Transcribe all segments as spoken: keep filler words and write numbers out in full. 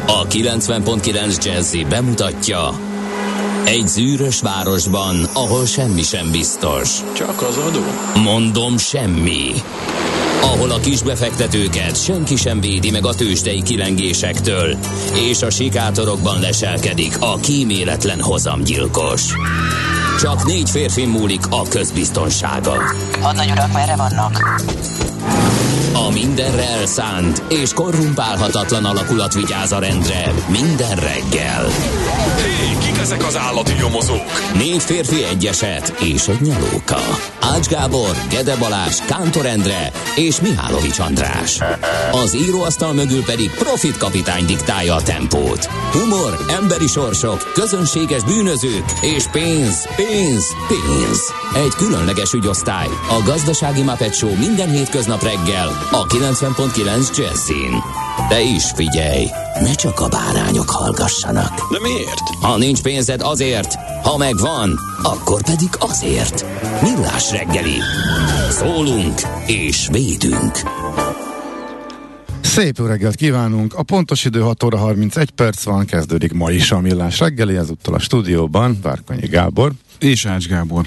A kilencven pont kilenc Jazzy bemutatja: egy zűrös városban, ahol semmi sem biztos. Csak az adó? Mondom, semmi. Ahol a kisbefektetőket senki sem védi meg a tőzsdei kilengésektől, és a sikátorokban leselkedik a kíméletlen hozamgyilkos. Csak négy férfi múlik a közbiztonsága. Hadnagy urak, merre vannak? A mindenre elszánt és korrumpálhatatlan alakulat vigyáz a rendre minden reggel. Hé, kik ezek az állati nyomozók? Négy férfi, egy eset és egy nyalóka. Ács Gábor, Gede Balázs, Kántor Endre és Mihálovics András. Az íróasztal mögül pedig Profit kapitány diktálja a tempót. Humor, emberi sorsok, közönséges bűnözők és pénz, pénz, pénz. Egy különleges ügyosztály, a Gazdasági Muppet Show minden hétköznap reggel a kilencven pont kilenc Jazzyn. De is figyelj, ne csak a bárányok hallgassanak. De miért? Ha nincs pénzed, azért, ha megvan, akkor pedig azért. Millás reggeli. Szólunk és védünk. Szép jó reggelt kívánunk! A pontos idő hat óra harmincegy perc van, kezdődik ma is a Millás reggeli, ezúttal a stúdióban Várkonyi Gábor. És Ács Gábor.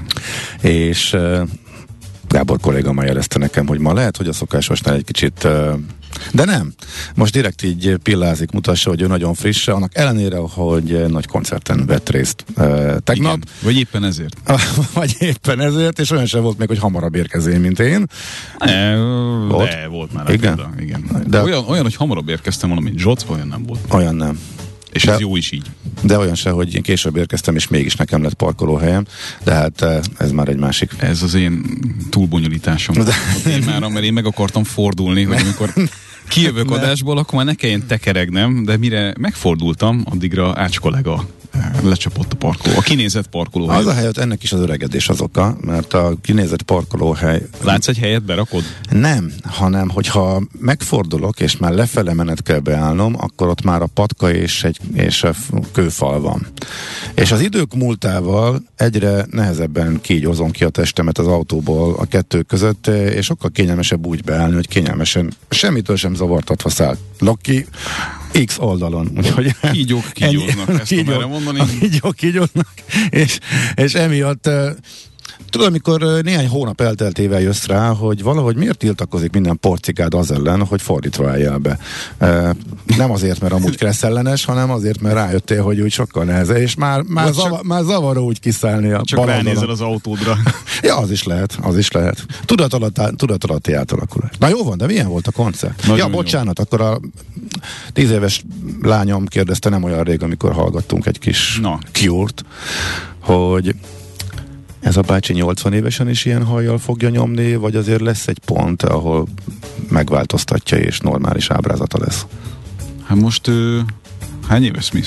És uh, Gábor kolléga ma jelezte nekem, hogy ma lehet, hogy a szokásosnál egy kicsit... Uh, de nem. Most direkt így pillázik, mutassa, hogy ő nagyon friss, annak ellenére, hogy nagy koncerten vett részt uh, tegnap. Igen, vagy éppen ezért. Vagy éppen ezért, és olyan sem volt még, hogy hamarabb érkezél, mint én. Ne, volt? De volt már. Igen? Példa, igen. De olyan, olyan, hogy hamarabb érkeztem volna, mint Zsoc, olyan nem volt. Olyan nem. És de, ez jó is így. De olyan se, hogy én később érkeztem, és mégis nekem lett parkolóhelyem, de hát ez már egy másik. Ez az én túlbonyolításom. De... A témára, mert én meg akartam fordulni, hogy amikor kijövök ne. adásból, akkor már ne kelljen tekeregnem, de mire megfordultam, addigra Ács kollega lecsapott a parkoló. A kinézett parkolóhely. Az a helyet, ennek is az öregedés az oka, mert a kinézett parkolóhely... Látsz egy helyet, berakod? Nem, hanem hogyha megfordulok, és már lefele menet kell beállnom, akkor ott már a patka és egy és a kőfal van. És az idők múltával egyre nehezebben kígyózom ki a testemet az autóból a kettő között, és sokkal kényelmesebb úgy beállni, hogy kényelmesen, semmitől sem zavartatva szállok ki X oldalon. Úgyhogy kígyók kígyóznak, ezt kígyók, tudom erre mondani. Kígyók kígyóznak, és, és emiatt tudod, amikor néhány hónap elteltével jössz rá, hogy valahogy miért tiltakozik minden porcikád az ellen, hogy fordítva álljál be. E, nem azért, mert amúgy kresszellenes, hanem azért, mert rájöttél, hogy úgy sokkal neheze, és már, már, zava, csak, már zavaró úgy kiszállni a csak ránézel az autódra. Ja, az is lehet, az is lehet. Tudat, alatt, tudat alatti átalakulás. Na jó van, de milyen volt a koncert? Nagyon ja, bocsánat, jó. Akkor a tíz éves lányom kérdezte nem olyan rég, amikor hallgattunk egy kis no. Cure-t, hogy ez a bácsi nyolcvan évesen is ilyen hajjal fogja nyomni, vagy azért lesz egy pont, ahol megváltoztatja és normális ábrázata lesz? Hát most uh, hány éves Smith?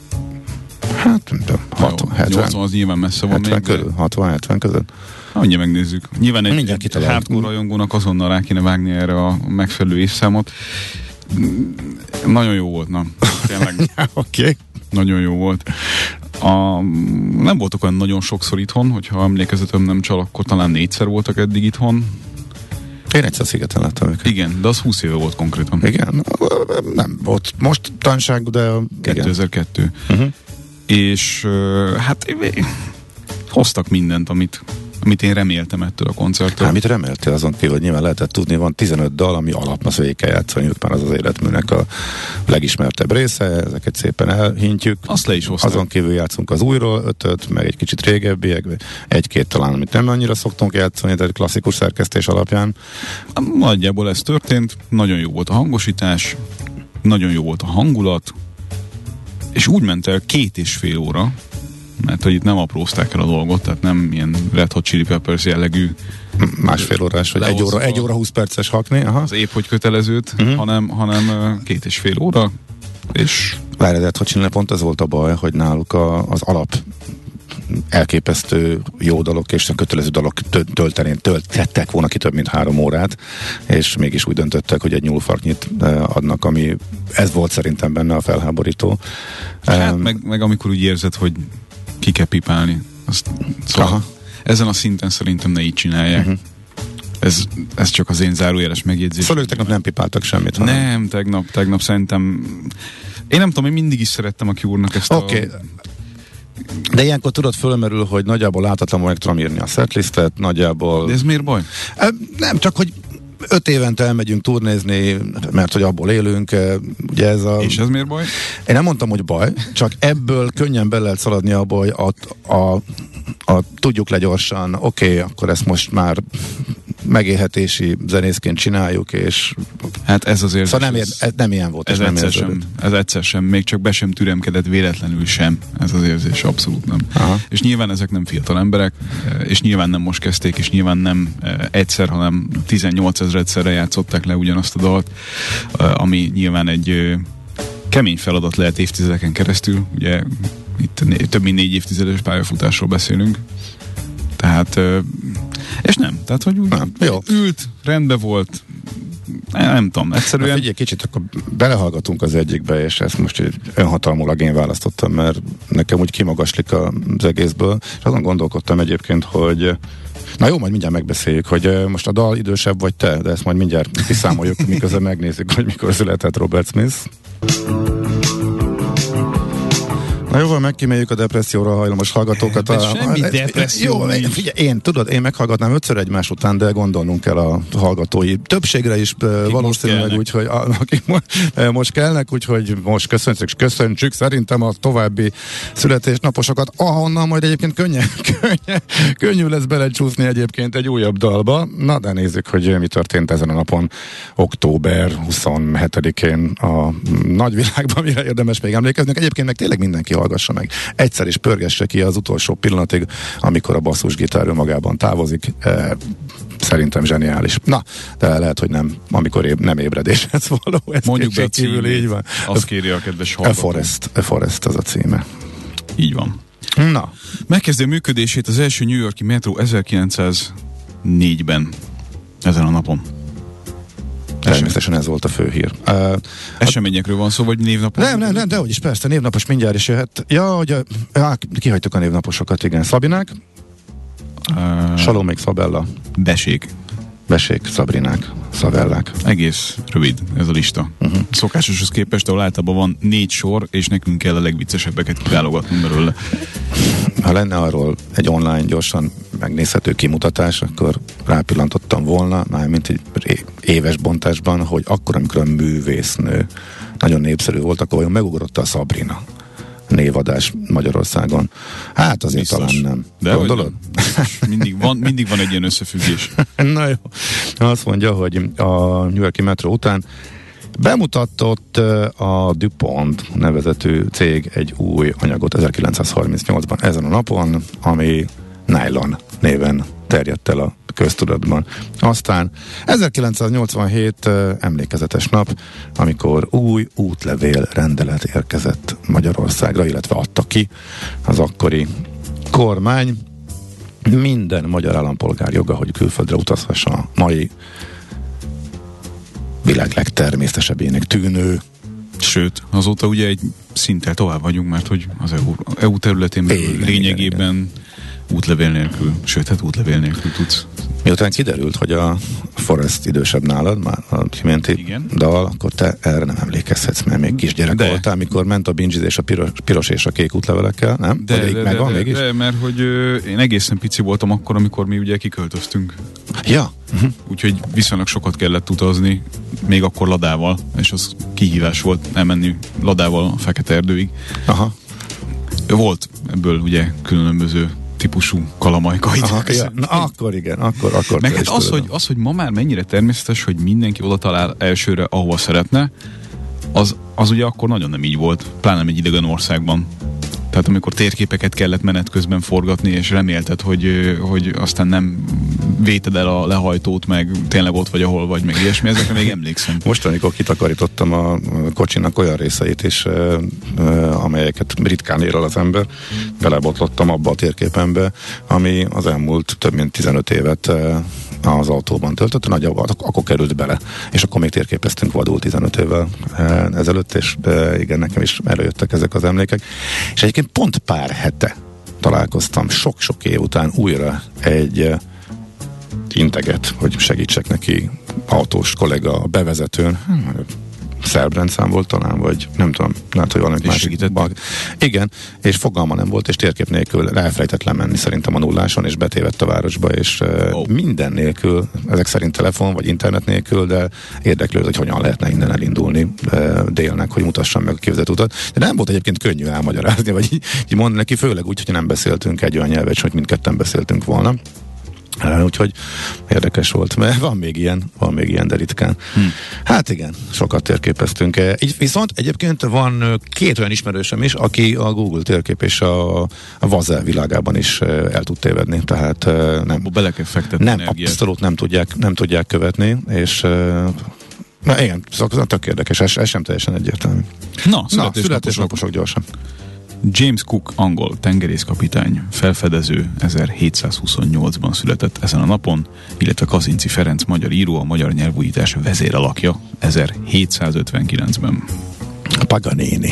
Hát nem tudom, hatvan, hetven. nyolcvan az nyilván messze van hetven még. Körül, hatvan-hetven között. Mindjárt megnézzük. Nyilván egy, egy hardcore rajongónak azonnal rá kéne vágni erre a megfelelő évszámot. Nagyon jó volt, na. Tényleg. Oké. Okay. Nagyon jó volt. A, nem voltak olyan nagyon sokszor itthon, hogyha emlékezetem nem csal, akkor talán négyszer voltak eddig itthon. Én egyszer Szigeten láttam őket. Igen, de az húsz éve volt konkrétan. Igen, nem volt most tanság, de... kétezer-kettő. Uh-huh. És hát hoztak mindent, amit amit én reméltem ettől a koncerttől. Hát mit reméltél azon kívül, hogy nyilván lehetett tudni, van tizenöt dal, ami alap, az végig kell játszani, már az az életműnek a legismertebb része, ezeket szépen elhintjük. Azt le is hozták. Azon kívül játszunk az újról, ötöt, meg egy kicsit régebbiek, egy-két talán, amit nem annyira szoktunk játszani, de klasszikus szerkesztés alapján. Nagyjából ez történt, nagyon jó volt a hangosítás, nagyon jó volt a hangulat, és úgy ment el két és fél óra, mert hogy itt nem aprózták el a dolgot, tehát nem ilyen Red Hot Chili Peppers jellegű másfél órás, vagy egy óra, egy óra húsz perces hakni. Aha. Az épp hogy kötelezőt, uh-huh. hanem, hanem két és fél óra, és... Várj, Red Hot Chili, pont ez volt a baj, hogy náluk a, az alap elképesztő jó dalok és a kötelező dalok töltenén töltettek volna ki több mint három órát, és mégis úgy döntöttek, hogy egy nyúlfarknyit adnak, ami ez volt szerintem benne a felháborító. Hát um, meg, meg amikor úgy érzed, hogy ki kell pipálni. Azt, szóval ezen a szinten szerintem ne így csinálják. Uh-huh. Ez, ez csak az én zárójeles megjegyzés. Szóval ők tegnap nem pipáltak semmit? Nem, tegnap, tegnap szerintem Én nem tudom, én mindig is szerettem a Cure-nak ezt okay. a... De ilyenkor tudod, fölmerül, hogy nagyjából láthatatlanul meg tudom írni a setlistet, nagyjából... De ez miért baj? Nem, csak hogy öt évente elmegyünk turnézni, mert hogy abból élünk, ugye ez a... És ez miért baj? Én nem mondtam, hogy baj, csak ebből könnyen be lehet szaladni abba, hogy a, a, a tudjuk le gyorsan, oké, okay, akkor ezt most már megélhetési zenészként csináljuk, és... Hát ez azért... Szóval nem, ér, ez nem ilyen volt. Ez, nem egyszer sem, ez egyszer sem, még csak be sem türemkedett véletlenül sem, ez az érzés, abszolút nem. Aha. És nyilván ezek nem fiatal emberek, és nyilván nem most kezdték, és nyilván nem egyszer, hanem tizennyolcezredszerre játszották le ugyanazt a dalt, ami nyilván egy kemény feladat lehet évtizedeken keresztül, ugye itt több mint négy évtizedes pályafutásról beszélünk, tehát és nem, tehát hogy úgy nem, jó. Ült, rendben volt, nem, nem tudom, egyszerűen... Na figyelj, kicsit akkor belehallgatunk az egyikbe, és ezt most önhatalmulag én választottam, mert nekem úgy kimagaslik az egészből, és azon gondolkodtam egyébként, hogy na jó, majd mindjárt megbeszéljük, hogy most a dal idősebb vagy te, de ezt majd mindjárt kiszámoljuk, miközben megnézzük, hogy mikor született Robert Smith. Na jóval megkíméljük a depresszióra hajlamos hallgatókat. De a, semmi a, depresszió. Jó, figyelj, én tudod, én meghallgatnám ötször egymás után, de gondolnunk kell a hallgatói többségre is akik valószínűleg úgy, hogy a, akik most kellnek, úgyhogy most köszönjük, köszöntsük szerintem a további születésnaposokat, ahonnan majd egyébként könnyen, könnyen, könnyű lesz belecsúszni egyébként egy újabb dalba. Na, de nézzük, hogy mi történt ezen a napon, október huszonhetedikén a nagyvilágban, mire érdemes még emlékezni. Egyébként meg tényleg mindenki hallgassa meg. Egyszer is pörgesse ki az utolsó pillanatig, amikor a basszusgitár önmagában távozik. E, szerintem zseniális. Na, de lehet, hogy nem, amikor éb, nem ébredéshez való. Ez mondjuk be a kívül, így van. Azt kéri a kedves hallgató. A Forest, a Forest az a címe. Így van. Na. Megkezdi a működését az első New York-i metró ezerkilencszáznégyben ezen a napon. Természetesen ez volt a fő hír. Uh, Eseményekről van szó, vagy névnapos? Nem, nem, nem, de is persze, névnapos mindjárt is jöhet. Ja, hogy a, á, kihagytuk a névnaposokat, igen. Szabinák, uh, Salomék, Szabella. Besék. Besék, Szabrinák, Szabellák. Egész rövid ez a lista. Uh-huh. Szokásoshoz képest, ahol általában van négy sor, és nekünk kell a legviccesebbeket kiválogatnunk belőle. Ha lenne arról egy online gyorsan megnézhető kimutatás, akkor rápillantottam volna, mármint egy éves bontásban, hogy akkor, amikor a művésznő nagyon népszerű volt, akkor vajon megugrott a Sabrina névadás Magyarországon. Hát azért biztos. Talán nem. De gondolod? Mindig van, mindig van egy ilyen összefüggés. Na jó. Azt mondja, hogy a New York-i metró után bemutatott a DuPont nevezetű cég egy új anyagot ezerkilencszázharmincnyolcban ezen a napon, ami nylon néven terjedt el a köztudatban. Aztán ezerkilencszáznyolcvanhét emlékezetes nap, amikor új útlevél rendelet érkezett Magyarországra, illetve adta ki az akkori kormány. Minden magyar állampolgár joga, hogy külföldre utazhassa a mai világ legtermészetesebbének tűnő. Sőt, azóta ugye egy szinttel tovább vagyunk, mert hogy az é u, é u területén igen, lényegében igen, igen. útlevél nélkül, sőt, hát útlevél nélkül tudsz. Miután kiderült, hogy a Forest idősebb nálad, már a kiménti dal, akkor te erre nem emlékezhetsz, mert még kisgyerek de. voltál, mikor ment a bingizés a piros, piros és a kék útlevelekkel, nem? De, de, de, de, mégis? de, mert hogy ö, én egészen pici voltam akkor, amikor mi ugye kiköltöztünk. Ja. Uh-huh. Úgyhogy viszonylag sokat kellett utazni, még akkor ladával, és az kihívás volt elmenni ladával a Fekete Erdőig. Aha. Volt ebből ugye különböző típusú kalamajkai. Ja, na akkor igen, akkor, akkor meg hát az hogy, az, hogy ma már mennyire természetes, hogy mindenki oda talál elsőre, ahova szeretne, az, az ugye akkor nagyon nem így volt, pláne egy idegen országban. Tehát amikor térképeket kellett menet közben forgatni, és remélted, hogy, hogy aztán nem véted el a lehajtót, meg tényleg ott vagy, ahol vagy, meg ilyesmi, ezekre még emlékszem. Most, amikor kitakarítottam a kocsinak olyan részeit is, amelyeket ritkán ér el az ember, belebotlottam abba a térképembe, ami az elmúlt több mint tizenöt évet az autóban töltött, nagyjából akkor került bele, és akkor még térképeztünk vadul tizenöt évvel ezelőtt, és igen, nekem is előjöttek ezek az emlékek. És egyébként pont pár hete találkoztam sok-sok év után újra egy integet, hogy segítsek neki autós kollega a bevezetőn. szerbrendszám volt talán, vagy nem tudom, lehet, hogy valami másik bug. Igen, és fogalma nem volt, és térkép nélkül elfelejtett lemenni szerintem a nulláson, és betévedt a városba, és oh. minden nélkül, ezek szerint telefon, vagy internet nélkül, de érdeklődött, hogy hogyan lehetne innen elindulni délnek, hogy mutassam meg a képzett utat. De nem volt egyébként könnyű elmagyarázni, vagy így, így mondani neki, főleg úgy, hogy nem beszéltünk egy olyan nyelvet, hogy mindketten beszéltünk volna. Úgyhogy érdekes volt, mert van még ilyen, van még ilyen, de ritkán. Hmm. Hát igen, sokat térképeztünk. Így viszont egyébként van két olyan ismerősöm is, aki a Google térkép és a, a Vazel világában is el tud tévedni, tehát nem, bele kell fektetni nem energiát. Abszolút nem tudják, nem tudják követni, és na igen, szóval tök érdekes, ez, ez sem teljesen egyértelmű. Na, Na születésnaposok gyorsan. James Cook, angol tengerészkapitány, felfedező, ezerhétszázhuszonnyolcban született ezen a napon, illetve Kazinczy Ferenc, magyar író, a magyar nyelvújítás vezéralakja ezerhétszázötvenkilencben. Paganini.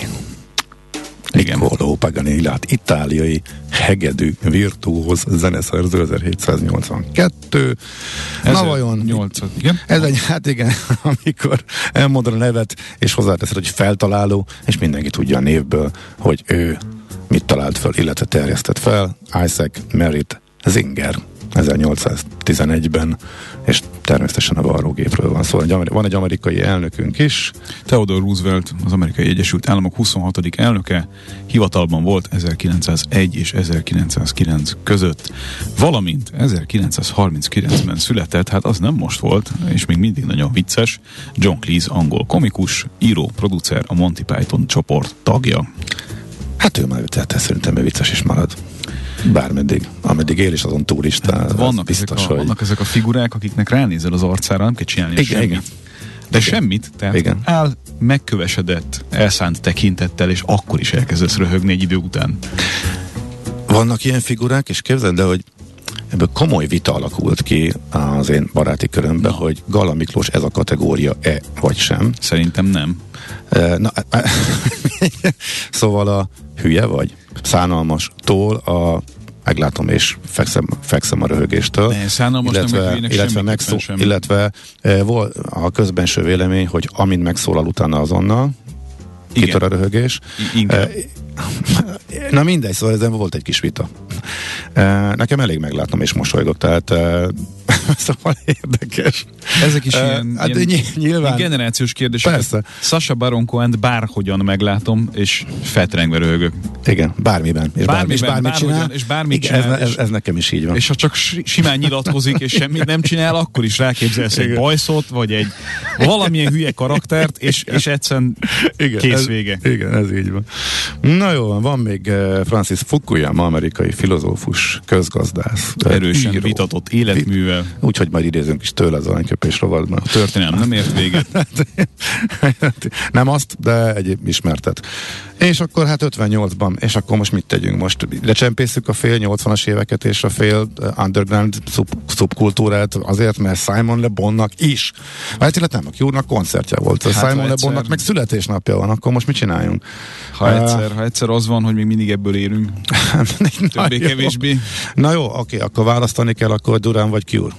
Igen. Niccolò Paganini, hát itáliai hegedű virtuóz zeneszerző, ezerhétszáznyolcvankettő. Na vajon? nyolc, igen. Ez egy, hát igen, amikor elmondod a nevet, és hozzáteszed, hogy feltaláló, és mindenki tudja a névből, hogy ő mit talált fel, illetve terjesztett fel. Isaac Merritt Singer ezernyolcszáztizenegyben, és természetesen a varrógépről van szó. Szóval van egy amerikai elnökünk is. Theodore Roosevelt, az Amerikai Egyesült Államok huszonhatodik elnöke, hivatalban volt ezerkilencszázegy és ezerkilencszázkilenc között, valamint ezerkilencszázharminckilencben született, hát az nem most volt, és még mindig nagyon vicces, John Cleese, angol komikus, író, producer, a Monty Python csoport tagja. Hát ő már, tehát szerintem ő vicces is marad. Bármeddig, ameddig él is azon turistál. Hát vannak, biztos, ezek a, hogy... vannak ezek a figurák, akiknek ránézel az arcára, nem kell csinálni igen, semmit. Igen. De igen. semmit, tehát igen. áll megkövesedett, elszánt tekintettel, és akkor is elkezdesz röhögni egy idő után. Vannak ilyen figurák, és képzeld el, hogy ebből komoly vita alakult ki az én baráti körömben, no. hogy Galla Miklós ez a kategória-e, vagy sem. Szerintem nem. Na, szóval a hülye vagy, szánalmastól a meglátom és fekszem, fekszem a röhögéstől. Ne, szánalmas illetve, nem meg illetve, megszó, illetve e, volt a közbenső vélemény, hogy amint megszólal utána azonnal, kitör a röhögés. E, na mindegy, szóval ezen volt egy kis vita. E, nekem elég meglátnom és mosolygok, tehát e, szóval érdekes. Ezek is ilyen, hát ilyen, nyilván, ilyen generációs kérdések. Persze. Sacha Baron Cohent bárhogyan meglátom, és fetrengve röhögök. Igen, bármiben. És, bármiben, bármi, és bármit csinál. És bármit igen, csinál. Ez, ez, ez nekem is így van. És ha csak simán nyilatkozik, és semmit nem csinál, akkor is ráképzelsz egy bajszot, vagy egy valamilyen hülye karaktert, és, és egyszerűen igen, kész ez, vége. Igen, ez így van. Na jó, van még Francis Fukuyama, amerikai filozófus, közgazdász. Erősen író, vitatott életművel. Úgyhogy majd idézünk is tőle az aranyköpés rovatban. A történelem nem ért véget. Nem azt, de egy ismertet. És akkor hát ötvennyolcban, és akkor most mit tegyünk? Most lecsempészük a fél nyolcvanas éveket és a fél underground szub, szubkultúrát azért, mert Simon Le Bonnak is. Hát illetve nem, a Cure-nak koncertje volt. Hát, Simon Le Bonnak meg születésnapja van, akkor most mit csináljunk? Ha egyszer, uh, ha egyszer az van, hogy még mindig ebből érünk. Többé-kevésbé. Na jó, oké, akkor választani kell, akkor Duran vagy Cure.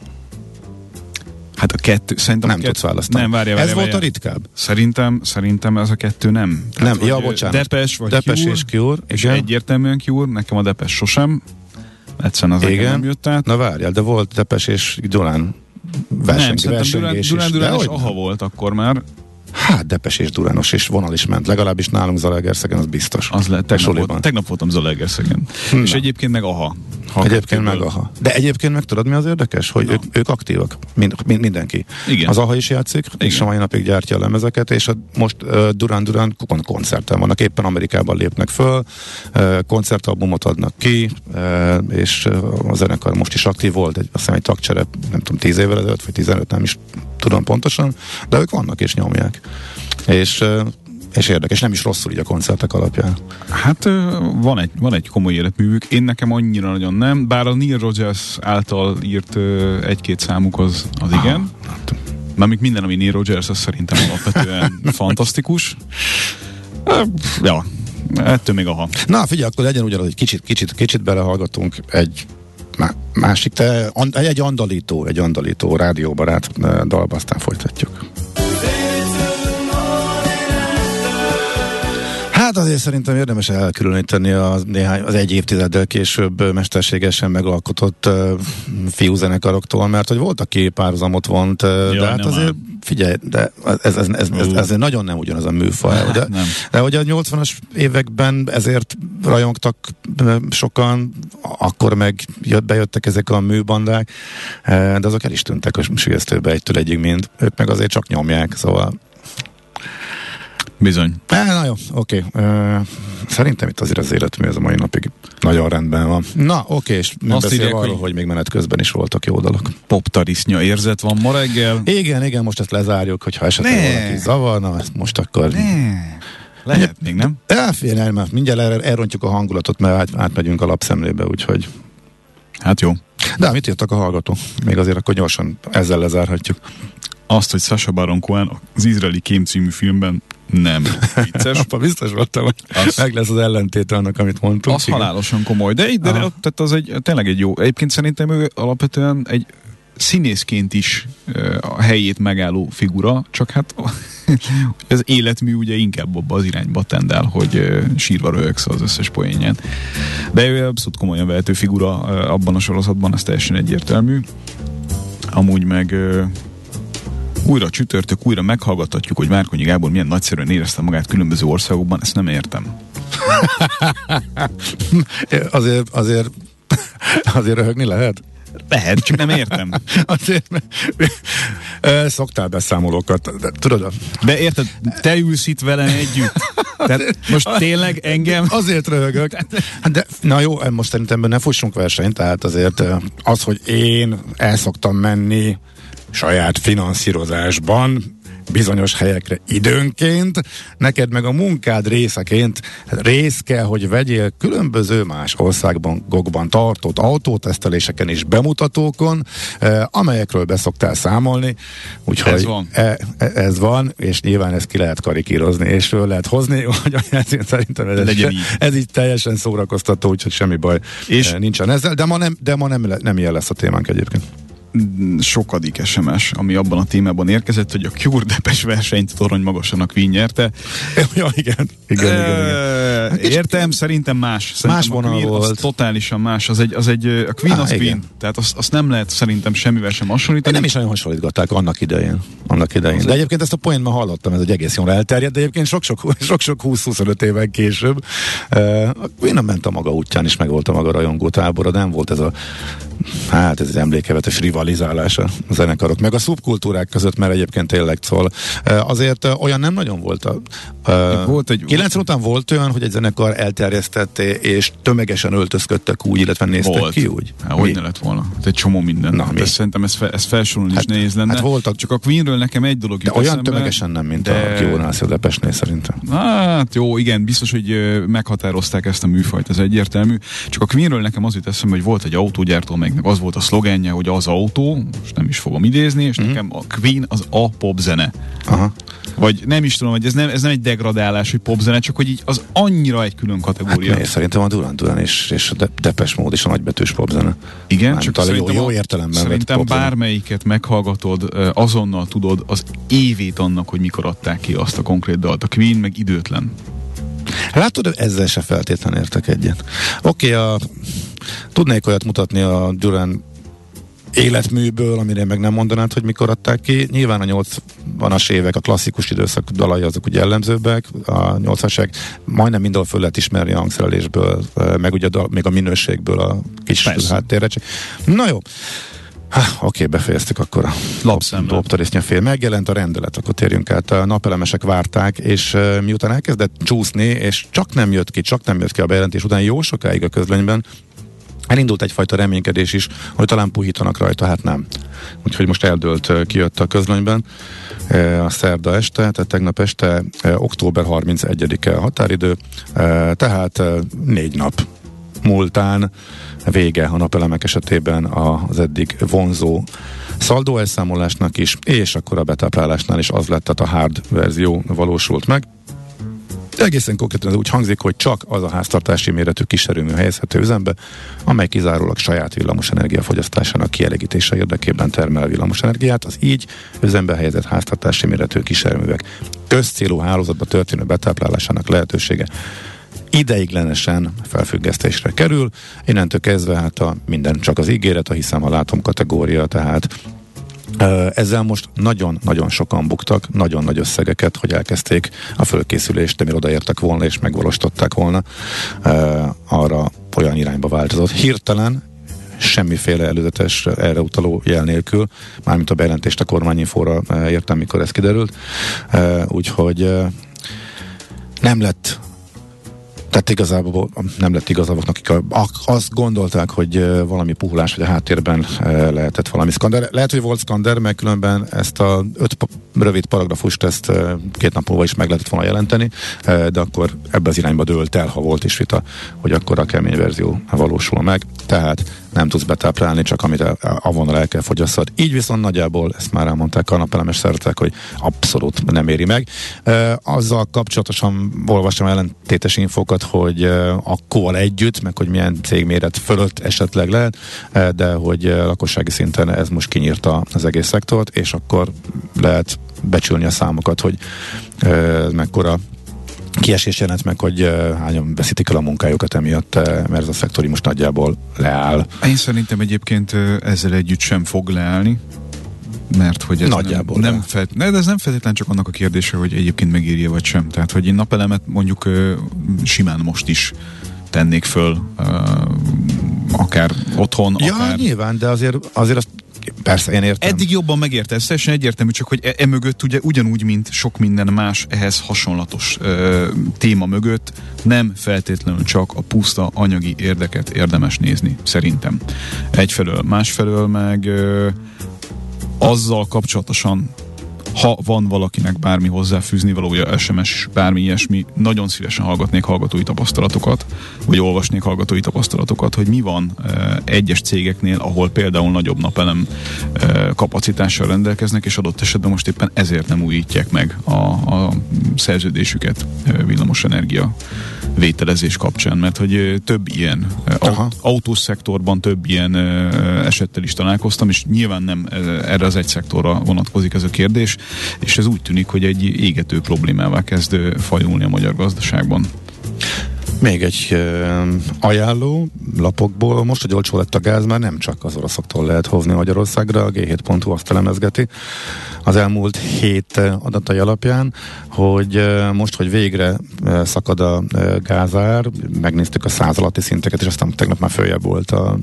Hát a kettő, szerintem nem a kettő, tudsz választani. Nem, várja, várja, ez várja. volt a ritkább? Szerintem, szerintem ez a kettő nem. Tehát, nem, ja, bocsánat. Depes vagy Depes Cure, és Cure. És igen. egyértelműen Cure, nekem a Depes sosem. Egyszerűen az igen. nem jött át. Na várjál, de volt Depes és Durán verseng, nem, versengés Durán, is. Durán, Durán és aha volt akkor már. Hát Depes és Durános és vonal is ment. Legalábbis nálunk Zalaegerszegen, az biztos. Az lehet, tegnap, volt, tegnap voltam Zalaegerszegen. És egyébként meg aha. Ha egyébként meg aha. De egyébként meg tudod, mi az érdekes? Hogy ők, ők aktívak. Mind, mind, mindenki. Igen. Az aha is játszik, igen. és a mai napig gyártja a lemezeket, és a, most uh, Duran Duran koncerten vannak. Éppen Amerikában lépnek föl, uh, koncertalbumot adnak ki, uh, és uh, a zenekar most is aktív volt. Egy, azt hiszem egy tagcsere, nem tudom, tíz évvel ezelőtt, vagy tizenöt, nem is tudom pontosan, de ők vannak és nyomják. És uh, és érdekes, nem is rosszul így a koncertek alapján. Hát van egy, van egy komoly életművük, én nekem annyira nagyon nem, bár a Neil Rogers által írt egy-két számuk az, az igen. Mármint minden, ami Neil Rogers, az szerintem alapvetően fantasztikus. Ja, ettől még aha. Na figyelj, akkor legyen ugyanaz, hogy kicsit, kicsit, kicsit belehallgatunk egy másik, te, egy andalító, egy andalító rádióbarát dalba, aztán folytatjuk. Hát azért szerintem érdemes elkülöníteni az, néhány, az egy évtizeddel később mesterségesen megalkotott uh, fiúzenekaroktól, mert hogy volt, aki párhuzamot vont, uh, ja, de hát azért már. Figyelj, de ez, ez, ez, ez, ez nagyon nem ugyanaz a műfaj. De, de hogy a nyolcvanas években ezért rajongtak sokan, akkor meg jött, bejöttek ezek a műbandák, de azok el is tűntek a sülyeztőbe egytől egyig mind. Ők meg azért csak nyomják, szóval bizony. É, na jó, oké. Okay. Uh, szerintem itt azért az életmű ez a mai napig nagyon rendben van. Na, oké, okay, és nem beszélve arról, hogy... hogy még menet közben is voltak jó dalok. Poptarisznya érzet van ma reggel. Igen, igen, most ezt lezárjuk, hogyha esetleg ne. valaki zavarna, ezt most akkor... Ne. Lehet még, nem? Elfél, mert mindjárt elrontjuk a hangulatot, mert át, átmegyünk a lapszemlébe, úgyhogy... Hát jó. De mit írtak a hallgató? Még azért akkor gyorsan ezzel lezárhatjuk. Azt, hogy Sacha Baron Cohen az Izraeli Kém című filmben nem vicces. Apa, biztos voltam, hogy az, meg lesz az ellentéte annak, amit mondtunk. Az igen. Halálosan komoly, de, de tehát az egy, tényleg egy jó. Egyébként szerintem ő alapvetően egy színészként is a helyét megálló figura, csak hát az életmű ugye inkább abba az irányba tendál, hogy sírva röhögsz az összes poénján. De ő abszolút komolyan vehető figura abban a sorozatban, ez teljesen egyértelmű. Amúgy meg újra csütörtök, újra meghallgathatjuk, hogy Márkonyi Gábor milyen nagyszerűen érezte magát különböző országokban, ezt nem értem. azért, azért, azért röhögni lehet? Lehet, csak nem értem. Azért, szoktál beszámolókat, de, tudod? De érted, te ülsz itt velem együtt. Tehát most tényleg engem... Azért röhögök. De, na jó, most szerintem ne fussunk versenyt, tehát azért az, hogy én el szoktam menni saját finanszírozásban bizonyos helyekre időnként, neked meg a munkád részeként rész kell, hogy vegyél különböző más országban gokban tartott autóteszteléseken és bemutatókon, eh, amelyekről beszoktál számolni. Úgyhogy ez van. E, ez van, és nyilván ezt ki lehet karikírozni, és föl lehet hozni, hogy szerintem ez, ez, így. ez így teljesen szórakoztató, úgyhogy semmi baj és eh, nincsen ezzel, de ma nem, de ma nem, nem ilyen lesz a témánk egyébként. Sokadik es em es, ami abban a témában érkezett, hogy a Cure Depes versenyt torony magasan a Queen nyerte. Ja, igen. igen, igen, igen. Hát értem, szerintem más. Szerintem más vonal volt. Az totálisan más. Az egy, az egy a Queen Há, az igen. Queen. Tehát azt, azt nem lehet szerintem semmivel sem hasonlítani. Nem is nagyon hasonlítgatták annak idején. Annak idején. Az de egyébként ezt a poént már hallottam, ez egy egész jól elterjedt, de egyébként sok-sok húsz-huszonöt éven később. A Queen ment a maga útján is, meg volt a maga rajongó tábora, nem volt ez a hát ez az emlékevetes rivalizálása a zenekarok, meg a szubkultúrák között, mert egyébként tényleg szól. Azért olyan nem nagyon volt. A, volt egy, kilencven után volt olyan, hogy egy zenekar elterjesztette, és tömegesen öltözködtek úgy, illetve néztek volt. ki úgy. Hát, hogy ne lett volna? Hát egy csomó minden. Na, hát szerintem ez, fe, ez felsorolni hát, is nehéz lenne. Hát voltak, csak a Queenről nekem egy dolog de olyan eszembe, tömegesen nem, mint de... a Kionász a Depesnél szerintem. Hát jó, igen, biztos, hogy meghatározták ezt a műfajt, ez egyértelmű. Csak a Queenről nekem az jut eszembe, hogy volt egy autógyártó, meg az volt a szlogenje, hogy az autó, most nem is fogom idézni, és mm-hmm. nekem a Queen az a popzene. Aha. Vagy nem is tudom, hogy ez nem, ez nem egy degradálás, hogy popzene, csak hogy így az annyira egy külön kategória. Hát, szerintem a Duran Duran és, és a Depeche Mode is a nagybetűs popzene. Igen, Már csak jó, jó értelemben szerintem bármelyiket meghallgatod, azonnal tudod az évét annak, hogy mikor adták ki azt a konkrét dalt. A Queen meg időtlen. Látod, ezzel se feltétlenül értek egyet. Oké, okay, a... tudnék olyat mutatni a Duran életműből, amire meg nem mondanád, hogy mikor adták ki. Nyilván a nyolcvanas évek, a klasszikus időszak dalai azok ugye jellemzőbbek, a nyolcvanas évek majdnem mindenhol föl lehet ismerni a hangszerelésből, meg ugye a, még a minőségből a kis háttérre. Na jó. Oké, okay, befejeztük akkor a Dobtarisznya fél. Megjelent a rendelet, akkor térjünk át. A napelemesek várták, és uh, miután elkezdett csúszni, és csak nem jött ki, csak nem jött ki a bejelentés után jó sokáig a közlönyben, elindult egyfajta reménykedés is, hogy talán puhítanak rajta, hát nem. Úgyhogy most eldőlt, kijött a közlönyben a szerda este, tehát tegnap este október harmincegyedike a határidő, tehát négy nap múltán vége a napelemek esetében az eddig vonzó szaldó elszámolásnak is, és akkor a betáplálásnál is az lett, tehát a hard verzió valósult meg. Egészen konkrétan ez úgy hangzik, hogy csak az a háztartási méretű kiserőmű helyezhető üzembe, amely kizárólag saját villamosenergia fogyasztásának kielégítése érdekében termel villamosenergiát, az így üzembe helyezett háztartási méretű kiserőművek közcélú hálózatba történő betáplálásának lehetősége ideiglenesen felfüggesztésre kerül. Innentől kezdve hát a minden csak az ígéret, a hiszem a látom kategória, tehát ezzel most nagyon-nagyon sokan buktak, nagyon nagy összegeket, hogy elkezdték a fölkészülést, de mire odaértek volna és megvalósították volna, arra olyan irányba változott. Hirtelen, semmiféle előzetes erre utaló jel nélkül, mármint a bejelentést a kormányinfóra értem, mikor ez kiderült, úgyhogy nem lett Tehát igazából nem lett igazabok, akik azt gondolták, hogy valami puhulás, vagy a háttérben lehetett valami szkander. Lehet, hogy volt szkander, mert különben ezt a öt rövid paragrafust ezt két nap múlva is meg lehetett volna jelenteni, de akkor ebbe az irányba dőlt el, ha volt is vita, hogy akkor a kemény verzió valósul meg. Tehát nem tudsz betáplálni, csak amit avonnal el kell fogyasszad. Így viszont nagyjából, ezt már elmondták a napelemes szervezetek, hogy abszolút nem éri meg. E, azzal kapcsolatosan olvastam ellentétes infókat, hogy e, akkor együtt, meg hogy milyen cégméret fölött esetleg lehet, e, de hogy e, lakossági szinten ez most kinyírta az egész szektort, és akkor lehet becsülni a számokat, hogy e, mekkora kiesés jelent meg, hogy uh, hányan veszítik el a munkájukat emiatt, uh, mert ez a szektori most nagyjából leáll. Én szerintem egyébként uh, ezzel együtt sem fog leállni, mert hogy ez nagyjából nem, nem felt, ne, de ez nem feltétlenül csak annak a kérdése, hogy egyébként megírja vagy sem. Tehát, hogy én napelemet mondjuk uh, simán most is tennék föl, uh, akár otthon, ja, akár... nyilván, de azért, azért azt persze, én értem. Eddig jobban megérte, ez teljesen egyértelmű, csak hogy e, e mögött ugye ugyanúgy, mint sok minden más ehhez hasonlatos ö, téma mögött nem feltétlenül csak a puszta anyagi érdeket érdemes nézni, szerintem. Egyfelől, másfelől meg ö, azzal kapcsolatosan, ha van valakinek bármi hozzáfűzni valója, es em es, bármi ilyesmi, nagyon szívesen hallgatnék hallgatói tapasztalatokat, vagy olvasnék hallgatói tapasztalatokat, hogy mi van e, egyes cégeknél, ahol például nagyobb napelem e, kapacitással rendelkeznek, és adott esetben most éppen ezért nem újítják meg a, a szerződésüket e, villamosenergia vételezés kapcsán, mert hogy e, több ilyen e, autós szektorban több ilyen e, esettel is találkoztam, és nyilván nem e, erre az egy szektorra vonatkozik ez a kérdés, és ez úgy tűnik, hogy egy égető problémává kezd fajulni a magyar gazdaságban. Még egy uh, ajánló lapokból, most, hogy olcsó lett a gáz, már nem csak az oroszoktól lehet hozni Magyarországra, a gé hét pont hu azt elemezgeti az elmúlt hét adatai alapján, hogy uh, most, hogy végre uh, szakad a uh, gázár, megnéztük a száz alatti szinteket, és aztán tegnap már följebb volt a,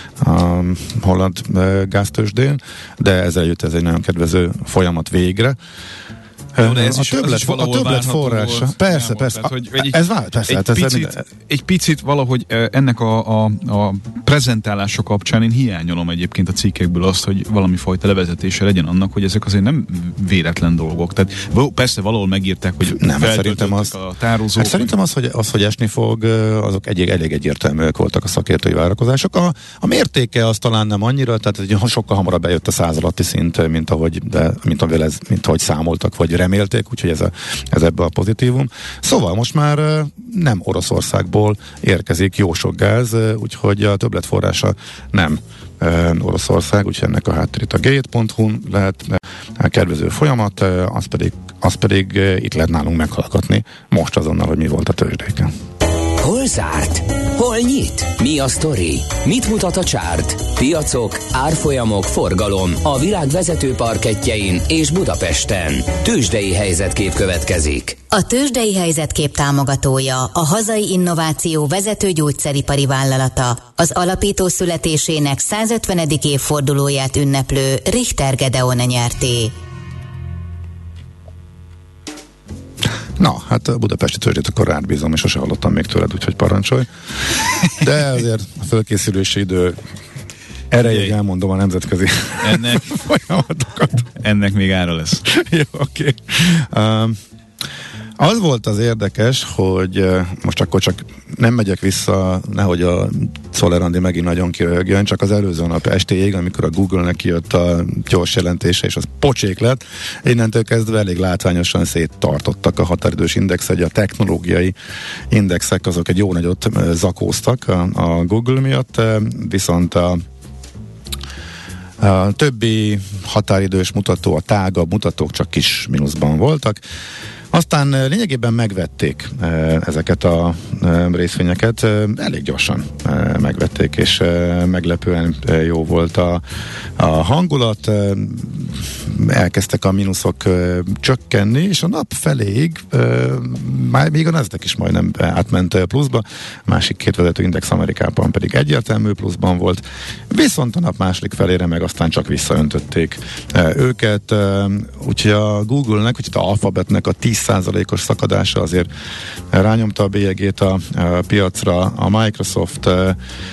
a holland uh, gáztőzsdén, de ezzel jött ez egy nagyon kedvező folyamat végre. Jó, de ez a is, többlet, is a többlet forrása. Volt, persze, persze. Tehát, hogy, hogy ez vár, persze. Egy, hát picit, minden... egy picit valahogy ennek a, a, a prezentálása kapcsán én hiányolom egyébként a cikkekből azt, hogy valami fajta levezetése legyen annak, hogy ezek azért nem véletlen dolgok. Tehát persze valahol megírták, hogy nem, szerintem az, a tározók. Hát szerintem az, hogy, az, hogy esni fog, azok egy, elég egyértelműek voltak a szakértői várakozások. A, a mértéke az talán nem annyira, tehát sokkal hamarabb bejött a száz alatti szint, mint ahogy, de, mint, ahogy, ez, mint ahogy számoltak, vagy remélték, úgyhogy ez, a, ez ebbe a pozitívum. Szóval most már nem Oroszországból érkezik jó sok gáz, úgyhogy a többletforrása nem Oroszország, úgyhogy ennek a hátterét a gé hét pont hu-n lehet kedvező folyamat, az pedig, az pedig itt lehet nálunk meghallgatni most azonnal, hogy mi volt a tőzsdéken. Hol zárt? Hol nyit? Mi a sztori? Mit mutat a csárt? Piacok, árfolyamok, forgalom a világ vezető parkettjein és Budapesten. Tőzsdei helyzetkép következik. A Tőzsdei helyzetkép támogatója, a hazai innováció vezető gyógyszeripari vállalata, az alapító születésének százötvenedik évfordulóját ünneplő Richter Gedeon nyerté. Na, hát a budapesti tőzsdét akkor rád bízom, és sose hallottam még tőled, úgyhogy parancsolj. De azért a felkészülési idő erejéig elmondom a nemzetközi ennek, folyamatokat. Ennek még ára lesz. Jó, oké. Okay. Um, az volt az érdekes, hogy uh, most akkor csak nem megyek vissza, nehogy a Szoller Andi megint nagyon kiröhögjön, csak az előző nap estéig, amikor a Google-nek kijött a gyors jelentése, és az pocsék lett, innentől kezdve elég látványosan széttartottak a határidős indexek, a technológiai indexek, azok egy jó nagyot zakóztak a, a Google miatt, viszont a A többi határidős mutató, a tágabb mutatók csak kis mínuszban voltak. Aztán lényegében megvették ezeket a részvényeket, elég gyorsan megvették, és meglepően jó volt a, a hangulat, elkezdtek a mínuszok csökkenni, és a nap feléig már még a Nasdaq is majdnem átment pluszba, másik két vezető index Amerikában pedig egyértelmű pluszban volt, viszont a nap második felére meg aztán csak visszaöntötték őket, úgyhogy a Google-nek, úgyhogy a Alphabetnek a tíz százalékos szakadása azért rányomta a bélyegét a, a piacra, a Microsoft uh,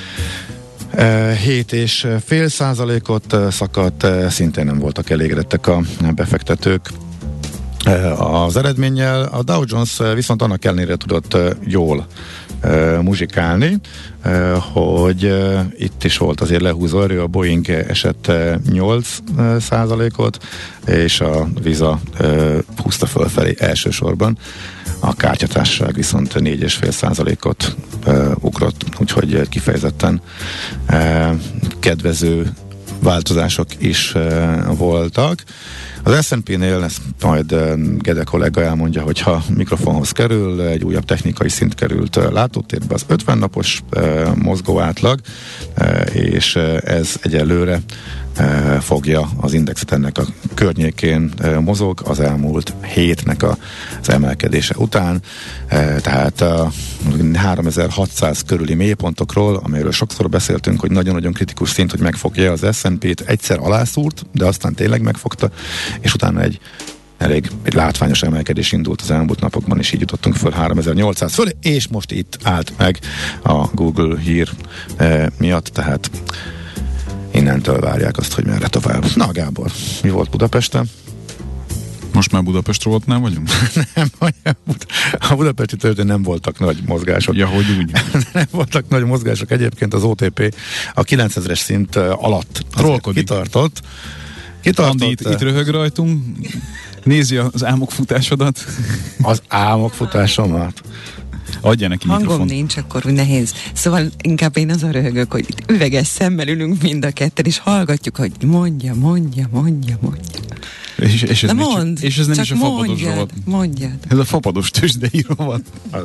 hét és fél százalékot szakadt, szintén nem voltak elégedettek a befektetők az eredménnyel. A Dow Jones viszont annak ellenére tudott jól muzsikálni, hogy itt is volt azért lehúzó erő, a Boeing esett nyolc százalékot, és a Visa húzta fölfelé elsősorban. A kártyatársaság viszont négy egész öt százalékot ugrott, úgyhogy kifejezetten kedvező változások is voltak. Az es and pé-nél ezt majd Gede kollega elmondja, hogy ha mikrofonhoz kerül, egy újabb technikai szint került látótérbe, az ötven napos mozgó átlag, és ez egyelőre fogja az indexet, ennek a környékén mozog az elmúlt hétnek az emelkedése után, tehát a háromezer-hatszáz körüli mélypontokról, amelyről sokszor beszéltünk, hogy nagyon-nagyon kritikus szint, hogy megfogja az es and pé-t, egyszer alászúrt, de aztán tényleg megfogta, és utána egy elég egy látványos emelkedés indult az elmúlt napokban, és így jutottunk föl háromezer-nyolcszáz fölé, és most itt állt meg a Google hír e, miatt, tehát innentől várják azt, hogy merre tovább. Na Gábor, mi volt Budapesten? Most már Budapest rovatnál vagyunk? Nem, a budapesti tőzsdén nem voltak nagy mozgások. Ja, hogy úgy. Nem voltak nagy mozgások, egyébként az o té pé a kilencezres szint alatt kitartott. kitartott. Andi, itt, itt röhög rajtunk, nézi az álmokfutásodat. Az álmokfutásomat? Adja neki hangom mikrofont. Nincs, akkor úgy nehéz. Szóval inkább én azon röhögök, hogy itt üveges szemmel ülünk mind a ketten, és hallgatjuk, hogy mondja, mondja, mondja, mondja. És, és ez, mond, csak, és ez nem is a fapados rovat. Mondjad. Ez a fapados tőzsdei rovat.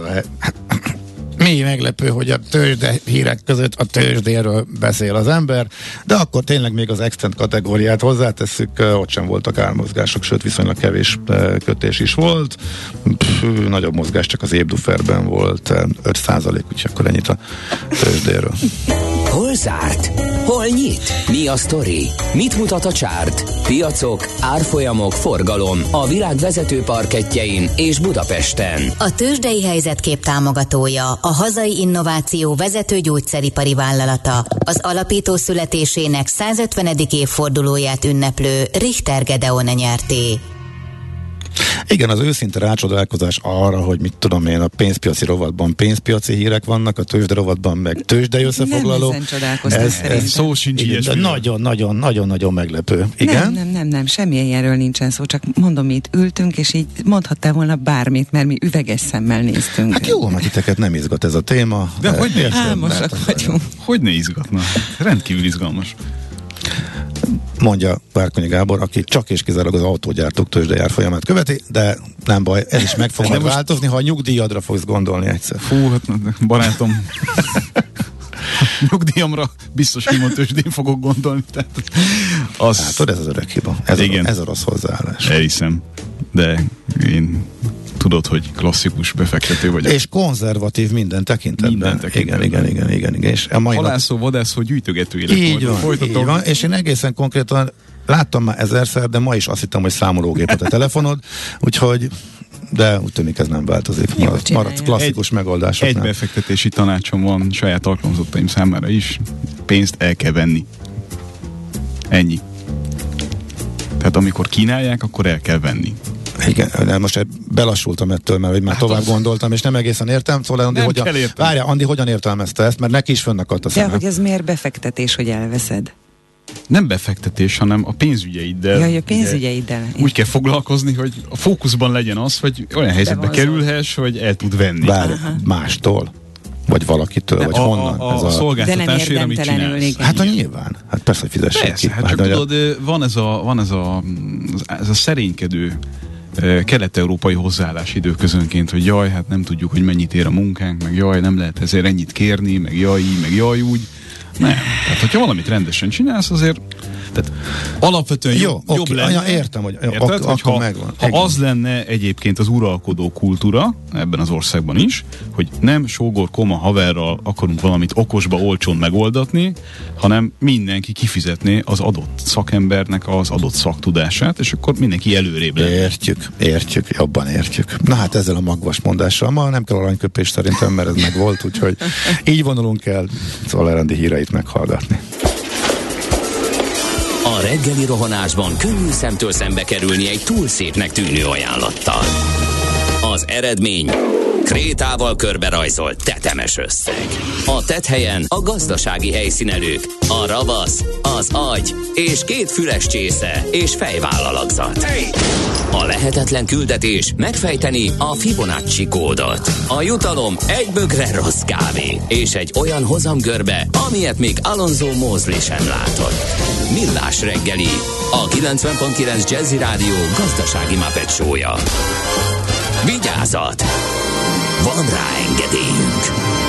Mi meglepő, hogy a tőzsde hírek között a tőzsdéről beszél az ember, de akkor tényleg még az extent kategóriát hozzátesszük, ott sem voltak ármozgások, sőt viszonylag kevés kötés is volt. Pff, nagyobb mozgás csak az Ébduferben volt, öt százalék, úgyhogy akkor ennyit a tőzsdéről. Hol zárt? Hol nyit? Mi a sztori? Mit mutat a csárt? Piacok, árfolyamok, forgalom a világ vezető parkettjein és Budapesten. A tőzsdei helyzetkép támogatója a hazai innováció vezető gyógyszeripari vállalata, az alapító születésének százötvenedik évfordulóját ünneplő Richter Gedeon nyerté. Igen, az őszinte rácsodálkozás arra, hogy mit tudom én, a pénzpiaci rovatban pénzpiaci hírek vannak, a tőzsde rovatban meg tőzsdei összefoglaló. Nem ezen csodálkoztam ez, szerintem. Ez szó sincs ilyesmi. Nagyon-nagyon-nagyon meglepő. Igen? Nem, nem, nem, nem, semmi ilyenről nincsen szó, csak mondom, mi itt ültünk, és így mondhattál volna bármit, mert mi üveges szemmel néztünk. Hát jó, mert titeket nem izgat ez a téma. De hogy ne? Álmosak vagyunk. Hogy ne izgatna? Rendkívül izgalmas. Mondja Várkonyi Gábor, aki csak és kizárólag az autógyártók tőzsdei árfolyamát követi, de nem baj, ez is meg fog majd most... változni, ha a nyugdíjadra fogsz gondolni egyszer. Fú, hát barátom, nyugdíjamra biztos, hogy a tőzsdén fogok gondolni. Tehát az... Hát tudod, ez az öreg hiba. Ez, igen. A, ez a rossz hozzáállás. Elhiszem, de én tudod, hogy klasszikus befektető vagyok. És konzervatív minden tekintetben. Minden tekintetben. Igen, igen, igen, igen, igen. És a mai halászó, nap... vadászó, gyűjtögető élet. Így van, így van, és én egészen konkrétan láttam már ezerszer, de ma is azt hittem, hogy számológépet a telefonod, úgyhogy de úgy tűnik ez nem változik. Maradt, maradt klasszikus egy, megoldások. Egy befektetési tanácsom van saját alkalmazottaim számára is. Pénzt el kell venni. Ennyi. Tehát amikor kínálják, akkor el kell venni. Igen, de most belassultam ettől, mert hogy már hát tovább az... gondoltam, és nem egészen értem, szóval Andi, hogyan, várja, Andi hogyan értelmezte ezt, mert neki is fönnakadt a szeme. De hogy ez miért befektetés, hogy elveszed? Nem befektetés, hanem a pénzügyeiddel. Jaj, a pénzügyeiddel. Úgy kell foglalkozni, hogy a fókuszban legyen az, hogy olyan helyzetbe kerülhess, hogy el tud venni. Várj, mástól. Vagy valakitől, de vagy a, honnan? A, a, a szolgáltatásért, amit csinálsz. Hát a nyilván. Hát persze, hogy fizessék persze, ki. Hát csak tudod, a... van ez a, van ez a, ez a szerénykedő kelet-európai hozzáállás időközönként, hogy jaj, hát nem tudjuk, hogy mennyit ér a munkánk, meg jaj, nem lehet ezért ennyit kérni, meg jaj, így, meg jaj, úgy. Nem. Tehát, hogyha valamit rendesen csinálsz, azért tehát alapvetően jó, jobb, jobb okay, lenne. Anya, értem, hogy érted, ak- hogy akkor ha, megvan. Ha az lenne egyébként az uralkodó kultúra ebben az országban is, hogy nem sógor, koma, haverral akarunk valamit okosba, olcsón megoldatni, hanem mindenki kifizetné az adott szakembernek az adott szaktudását, és akkor mindenki előrébb lenne. Értjük, értjük, jobban értjük. Na hát ezzel a magvas mondással ma nem kell aranyköpés szerintem, mert ez meg volt, úgyhogy így vonulunk el Czoller Andi híreit meghallgatni. A reggeli rohanásban könnyű szemtől szembe kerülni egy túl szépnek tűnő ajánlattal. Az eredmény krétával körberajzolt tetemes összeg. A tetthelyen a gazdasági helyszínelők, a ravasz, az agy és két füles csésze és fejvállalakzat. A lehetetlen küldetés megfejteni a Fibonacci kódot. A jutalom egy bögre rossz kávé és egy olyan hozamgörbe, amilyet még Alonso Mosley sem látott. Millás reggeli, a kilencven pont kilenc Jazzy Rádió gazdasági Muppet show-ja. Vigyázat! Van rá engedélyünk!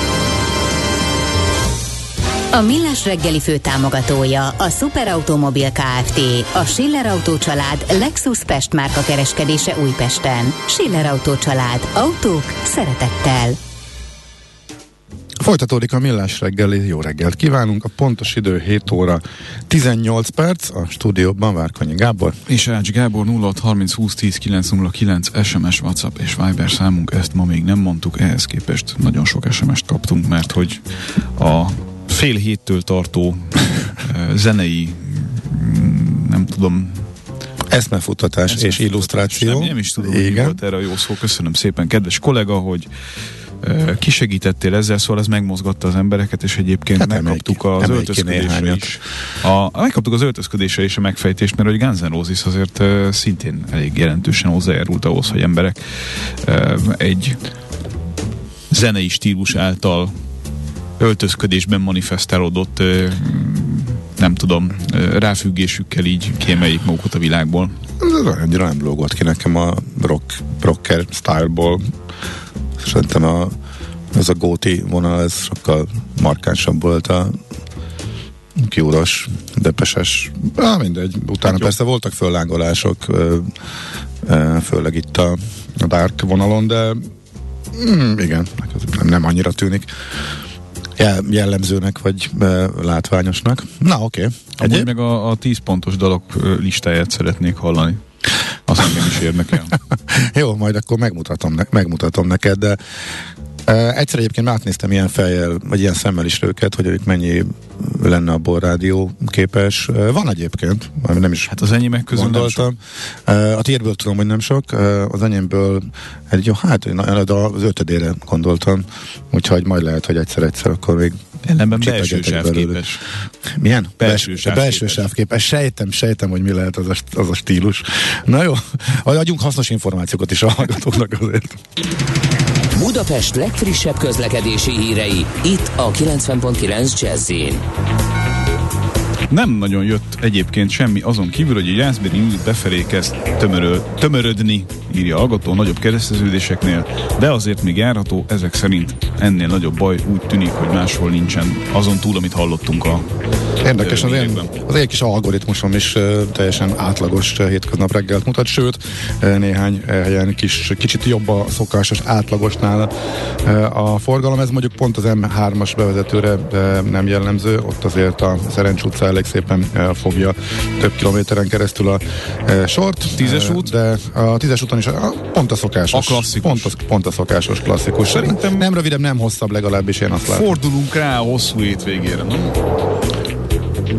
A Millás reggeli főtámogatója a Superautomobil Kft. A Schiller Autó család Lexus Pest márka kereskedése Újpesten. Schiller Autó család. Autók szeretettel. Folytatódik a Millás reggeli, jó reggelt kívánunk, a pontos idő hét óra tizennyolc perc, a stúdióban Várkonyi Gábor. És Ács Gábor nulla hat harminc húsz tíz kilenc nulla kilenc es em es, WhatsApp és Viber számunk, ezt ma még nem mondtuk, ehhez képest nagyon sok es em est kaptunk, mert hogy a fél héttől tartó zenei, nem tudom, eszmefuttatás és illusztráció. Nem, nem is tudom, hogy mi volt erre a jó szó. Köszönöm szépen, kedves kollega, hogy kisegítettél ezzel, szóval ez megmozgatta az embereket, és egyébként hát megkaptuk az öltözködésre is. A, megkaptuk az öltözködésre is a megfejtést, mert hogy Guns N' Roses azért uh, szintén elég jelentősen hozzájárult ahhoz, hogy emberek uh, egy zenei stílus által öltözködésben manifestálódott uh, nem tudom, uh, ráfüggésükkel így kiemeljék magukat a világból. Annyira nem lógott ki nekem a rock, rocker style-ból. Szerintem a, ez a góti vonal, ez sokkal markánsabb volt a kiúros, depeses, á, mindegy. Utána hát persze voltak föllángolások, főleg itt a, a dark vonalon, de mm, igen, nem, nem annyira tűnik jellemzőnek, vagy látványosnak. Na, oké. Okay. Amúgy meg a, a tíz pontos dalok listáját szeretnék hallani. Az engem is érdekel. Jó, majd akkor megmutatom, ne- megmutatom neked, de uh, egyszer egyébként átnéztem ilyen fejjel, vagy ilyen szemmel is őket, hogy ők mennyi lenne abból rádió képes. Uh, van egyébként, nem is hát az enyémek közül gondoltam. Uh, a tiédből tudom, hogy nem sok, uh, az enyémből egy jó, hát az ötödére gondoltam, úgyhogy majd lehet, hogy egyszer-egyszer akkor még ellenben belső sávképes. Milyen? Belső sávképes. Belső sávképes. Sejtem, sejtem, hogy mi lehet az a, az a stílus. Na jó, adjunk hasznos információkat is a hallgatóknak azért. Budapest legfrissebb közlekedési hírei, itt a kilencven pont kilenc Jazz-in. Nem nagyon jött egyébként semmi azon kívül, hogy a Jászbéri út befelé kezd tömöröl, tömörödni, írja a hallgató, nagyobb kereszteződéseknél, de azért még járható, ezek szerint ennél nagyobb baj úgy tűnik, hogy máshol nincsen azon túl, amit hallottunk a érdekes, az én, az én kis algoritmusom is uh, teljesen átlagos uh, hétköznap reggelt mutat, sőt, uh, néhány uh, helyen kis, kicsit jobb a szokásos átlagosnál uh, a forgalom, ez mondjuk pont az em hármas bevezetőre uh, nem jellemző, ott azért a Szerencs utca elég szépen uh, fogja több kilométeren keresztül a uh, sort. Tízes út? De a tízes úton is uh, pont a szokásos. A klasszikus. Pont, az, pont a szokásos klasszikus. Szerintem nem rövidebb, nem hosszabb, legalábbis én azt látom. Fordulunk rá a hosszú hétvégére, nem?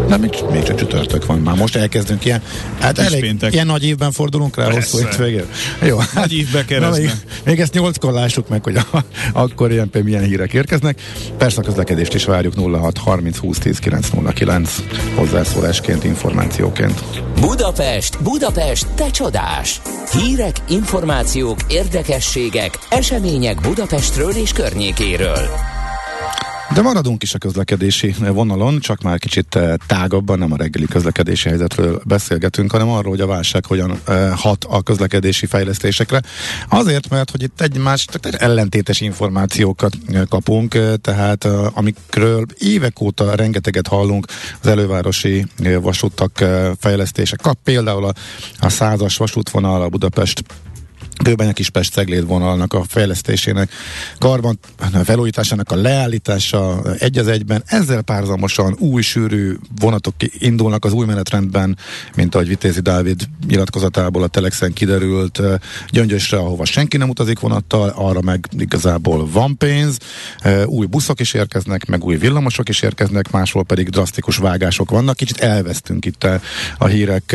De még, még csak csütörtök van, már most elkezdünk ilyen, hát elég, péntek. Ilyen nagy évben fordulunk rá, hosszú hétvégén. Jó, nagy évbe keresztbe. Még, még ezt nyolckor lássuk meg, hogy a, akkor ilyen, milyen hírek érkeznek. Persze a közlekedést is várjuk nulla hat harminc húsz tíz kilenc nulla kilenc hozzászólásként, információként. Budapest, Budapest, te csodás! Hírek, információk, érdekességek, események Budapestről és környékéről. De maradunk is a közlekedési vonalon, csak már kicsit tágabban, nem a reggeli közlekedési helyzetről beszélgetünk, hanem arról, hogy a válság hogyan hat a közlekedési fejlesztésekre. Azért, mert hogy itt egymás ellentétes információkat kapunk, tehát amikről évek óta rengeteget hallunk, az elővárosi vasútak fejlesztése kap, például a, a százas vasútvonal, a Budapest Kőbánya-Kispest Cegléd vonalnak a fejlesztésének, karban felújításának a leállítása egy az egyben, ezzel párhuzamosan új sűrű vonatok indulnak az új menetrendben, mint ahogy Vitézi Dávid nyilatkozatából a Telexen kiderült, Gyöngyösre, ahova senki nem utazik vonattal, arra meg igazából van pénz, új buszok is érkeznek, meg új villamosok is érkeznek, máshol pedig drasztikus vágások vannak, kicsit elvesztünk itt a, a hírek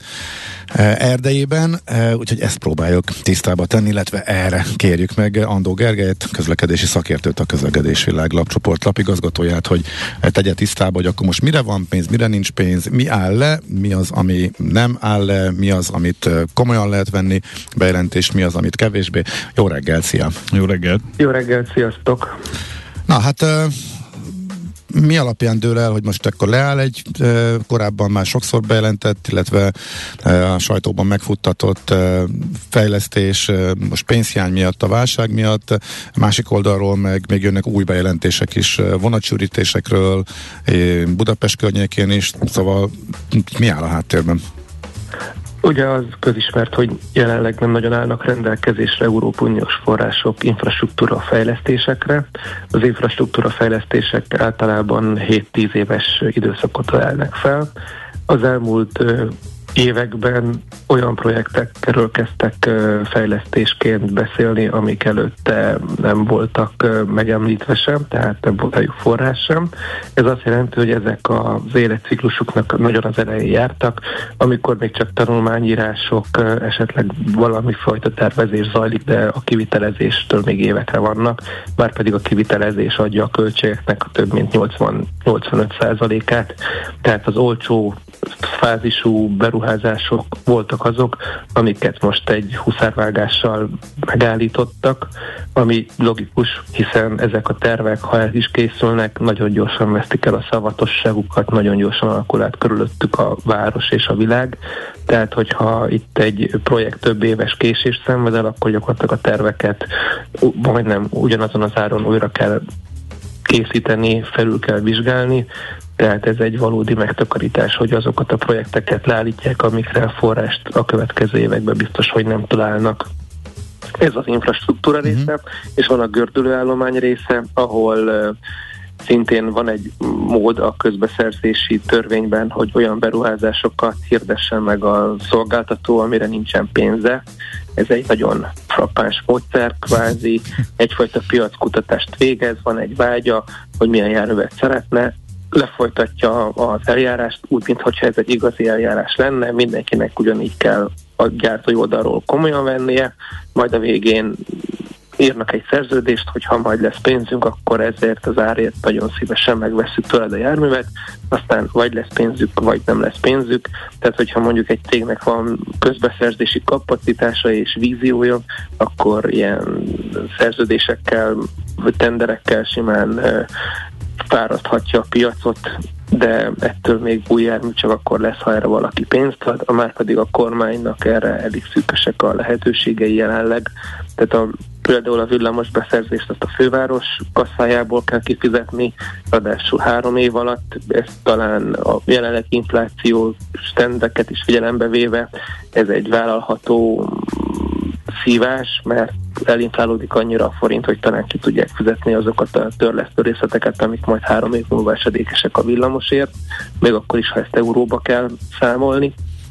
erdejében, úgyhogy ezt próbáljuk tisztába tenni, illetve erre kérjük meg Andó Gergelyt, közlekedési szakértőt, a Közlekedésvilág lapcsoport lapigazgatóját, hogy tegye tisztába, hogy akkor most mire van pénz, mire nincs pénz, mi áll le, mi az, ami nem áll le, mi az, amit komolyan lehet venni bejelentést, mi az, amit kevésbé. Jó reggelt, szia! Jó reggelt! Jó reggelt, sziasztok! Na hát mi alapján dől el, hogy most akkor leáll egy e, korábban már sokszor bejelentett, illetve e, a sajtóban megfuttatott e, fejlesztés, e, most pénzhiány miatt, a válság miatt, másik oldalról meg még jönnek új bejelentések is e, vonatsűrítésekről, e, Budapest környékén is, szóval mi áll a háttérben? Ugye az közismert, hogy jelenleg nem nagyon állnak rendelkezésre Európai Uniós források infrastruktúra fejlesztésekre. Az infrastruktúra fejlesztések általában hét-tíz éves időszakot ölelnek fel. Az elmúlt ö, években olyan projektekről kezdtek ö, fejlesztésként beszélni, amik előtte nem voltak ö, megemlítve sem, tehát nem volt rájuk forrás sem. Ez azt jelenti, hogy ezek az életciklusuknak nagyon az elején jártak, amikor még csak tanulmányírások, ö, esetleg valami fajta tervezés zajlik, de a kivitelezéstől még évekre vannak, már pedig a kivitelezés adja a költségeknek a több mint nyolcvan-nyolcvanöt százalékát, tehát az olcsó fázisú beruházások voltak azok, amiket most egy huszárvágással megállítottak, ami logikus, hiszen ezek a tervek, ha el is készülnek, nagyon gyorsan vesztik el a szavatosságukat, nagyon gyorsan alakul át körülöttük a város és a világ. Tehát, hogyha itt egy projekt több éves késés szenved el, akkor gyakorlatilag a terveket majdnem ugyanazon az áron újra kell készíteni, felül kell vizsgálni, tehát ez egy valódi megtakarítás, hogy azokat a projekteket leállítják, amikre forrást a következő években biztos, hogy nem találnak. Ez az infrastruktúra része, uh-huh. és van a gördülőállomány része, ahol uh, szintén van egy mód a közbeszerzési törvényben, hogy olyan beruházásokat hirdessen meg a szolgáltató, amire nincsen pénze. Ez egy nagyon frappáns módszer, kvázi egyfajta piackutatást végez, van egy vágya, hogy milyen járművet szeretne, lefolytatja az eljárást úgy, mintha ez egy igazi eljárás lenne, mindenkinek ugyanígy kell a gyártói oldalról komolyan vennie, majd a végén írnak egy szerződést, hogy ha majd lesz pénzünk, akkor ezért az árért nagyon szívesen megvesszük tőled a járművet, aztán vagy lesz pénzük, vagy nem lesz pénzük. Tehát, hogyha mondjuk egy cégnek van közbeszerzési kapacitása és víziója, akkor ilyen szerződésekkel, vagy tenderekkel simán fáraszthatja a piacot, de ettől még új jármű csak akkor lesz, ha erre valaki pénzt ad, a már pedig a kormánynak erre elég szűkösek a lehetőségei jelenleg. Tehát a, például a villamos beszerzést azt a főváros kasszájából kell kifizetni, ráadásul három év alatt, ez talán a jelenlegi inflációs trendeket is figyelembe véve, ez egy vállalható szívás, mert elinflálódik annyira a forint, hogy talán ki tudják fizetni azokat a törlesztő részleteket, amik majd három év múlva esedékesek a villamosért, még akkor is, ha ezt euróba kell számolni.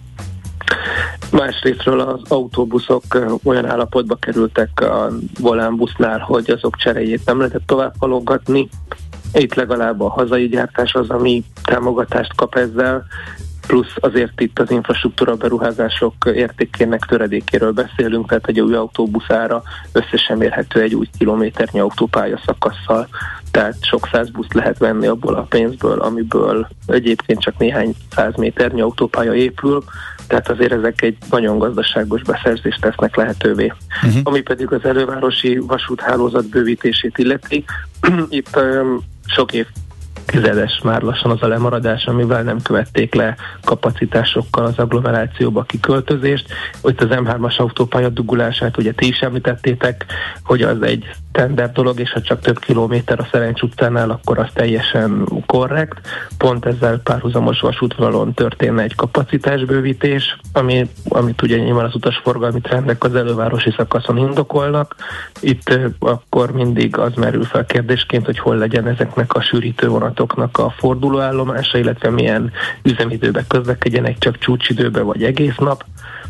Másrésztről az autóbuszok olyan állapotba kerültek a volánbusznál, hogy azok cseréjét nem lehetett tovább halogatni. Itt legalább a hazai gyártás az, ami támogatást kap ezzel, plusz azért itt az infrastruktúra beruházások értékének töredékéről beszélünk, tehát egy új autóbuszára összesen mérhető egy új kilométernyi autópálya szakasszal, tehát sok száz buszt lehet venni abból a pénzből, amiből egyébként csak néhány száz méternyi autópálya épül, tehát azért ezek egy nagyon gazdaságos beszerzést tesznek lehetővé. Uh-huh. Ami pedig az elővárosi vasúthálózat bővítését illeti, itt um, sok év tizedes már lassan az a lemaradás, amivel nem követték le kapacitásokkal az agglomerációba kiköltözést. Ott az em hármas autópálya dugulását ugye ti is említettétek, hogy az egy tender dolog, és ha csak több kilométer a Szerencs utcánál, akkor az teljesen korrekt. Pont ezzel párhuzamos vasútvonalon történne egy kapacitásbővítés, ami, amit ugye nyilván az utasforgalmi trendek az elővárosi szakaszon indokolnak. Itt akkor mindig az merül fel kérdésként, hogy hol legyen ezeknek a sűrítő vonatoknak a fordulóállomása, illetve milyen üzemidőbe közlekedjenek, csak csúcsidőbe vagy egész nap.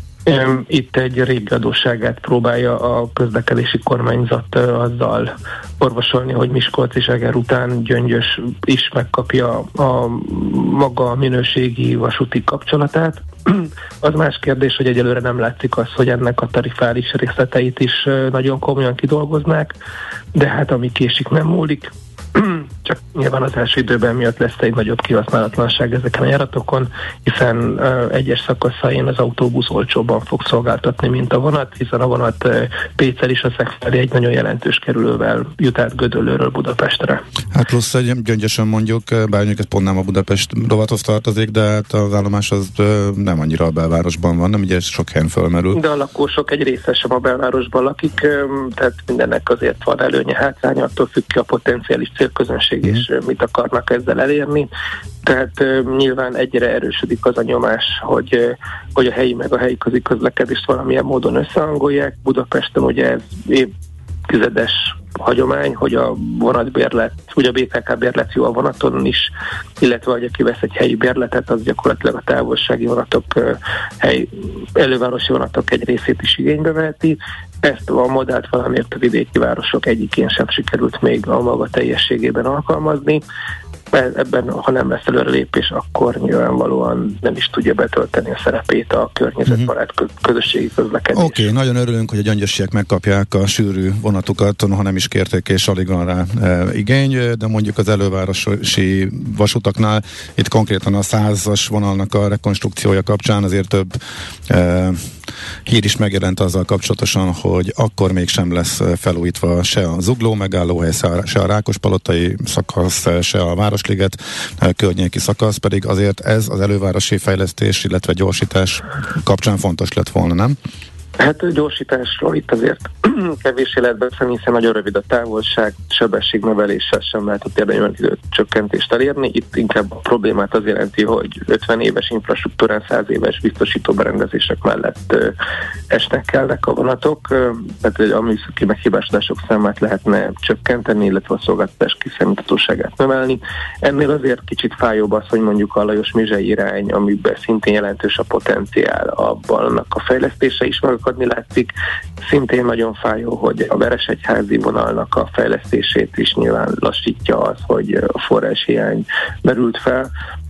Itt egy régi adósságát próbálja a közlekedési kormányzat azzal orvosolni, hogy Miskolc és Eger után Gyöngyös is megkapja a maga minőségi vasúti kapcsolatát. Az más kérdés, hogy egyelőre nem látszik az, hogy ennek a tarifális részleteit is nagyon komolyan kidolgoznák, de hát ami késik, nem múlik. Csak nyilván az első időben miatt lesz egy nagyobb kihasználatlanság ezeken a járatokon, hiszen uh, egyes szakaszain az autóbusz olcsóbban fog szolgáltatni, mint a vonat, hiszen a vonat uh, Pécel is a felé egy nagyon jelentős kerülővel jut át Gödöllőről Budapestre. Hát plusz egy Gyöngyösön mondjuk, bár mondjuk ez pont nem a Budapest rovathoz tartozik, de hát az állomás az uh, nem annyira a belvárosban van, nem ugye sok helyen fölmerül. De a lakosok egy része sem a belvárosban lakik, um, tehát mindennek azért van előnye, hátránya, attól függ ki a potenciális célközönség mm. és mit akarnak ezzel elérni. Tehát uh, nyilván egyre erősödik az a nyomás, hogy, uh, hogy a helyi meg a helyi közlekedést valamilyen módon összehangolják. Budapesten ugye ez évtizedes hagyomány, hogy a vonatbérlet, ugye a bé ká ká bérlet jó a vonaton is, illetve hogy aki vesz egy helyi bérletet, az gyakorlatilag a távolsági vonatok, uh, hely, elővárosi vonatok egy részét is igénybe veheti. Ezt a modellt valamiért a vidéki városok egyikén sem sikerült még a maga teljességében alkalmazni. Ebben, ha nem lesz előrelépés, akkor nyilvánvalóan nem is tudja betölteni a szerepét a környezetbarát közösségi közlekedés. Oké, okay, nagyon örülünk, hogy a gyöngyösiek megkapják a sűrű vonatukat, ha nem is kérték, és alig van rá e, igény, de mondjuk az elővárosi vasutaknál, itt konkrétan a százas vonalnak a rekonstrukciója kapcsán azért több e, hír is megjelent azzal kapcsolatosan, hogy akkor mégsem lesz felújítva se a Zugló megállóhely, se a Rákospalotai szakasz, se a Városliget környéki szakasz, pedig azért ez az elővárosi fejlesztés, illetve gyorsítás kapcsán fontos lett volna, nem? Hát gyorsításról itt azért kevéssé lehet beszélni, hiszen nagyon rövid a távolság, sebességnöveléssel sem lehet a térben csökkentést elérni. Itt inkább a problémát az jelenti, hogy ötven éves infrastruktúrán száz éves biztosító berendezések mellett ö, esnek kellnek a vonatok, ö, tehát a műszaki meghibásodások számát lehetne csökkenteni, illetve a szolgáltatás kiszámíthatóságát növelni. Ennél azért kicsit fájóbb az, hogy mondjuk a Lajos-Mizsei irány, amiben szintén jelentős a potenciál, abban annak a fejlesztése is megakadni látszik. Szintén nagyon fájó, hogy a Veresegyházi vonalnak a fejlesztését is nyilván lassítja az, hogy a forráshiány merült fel.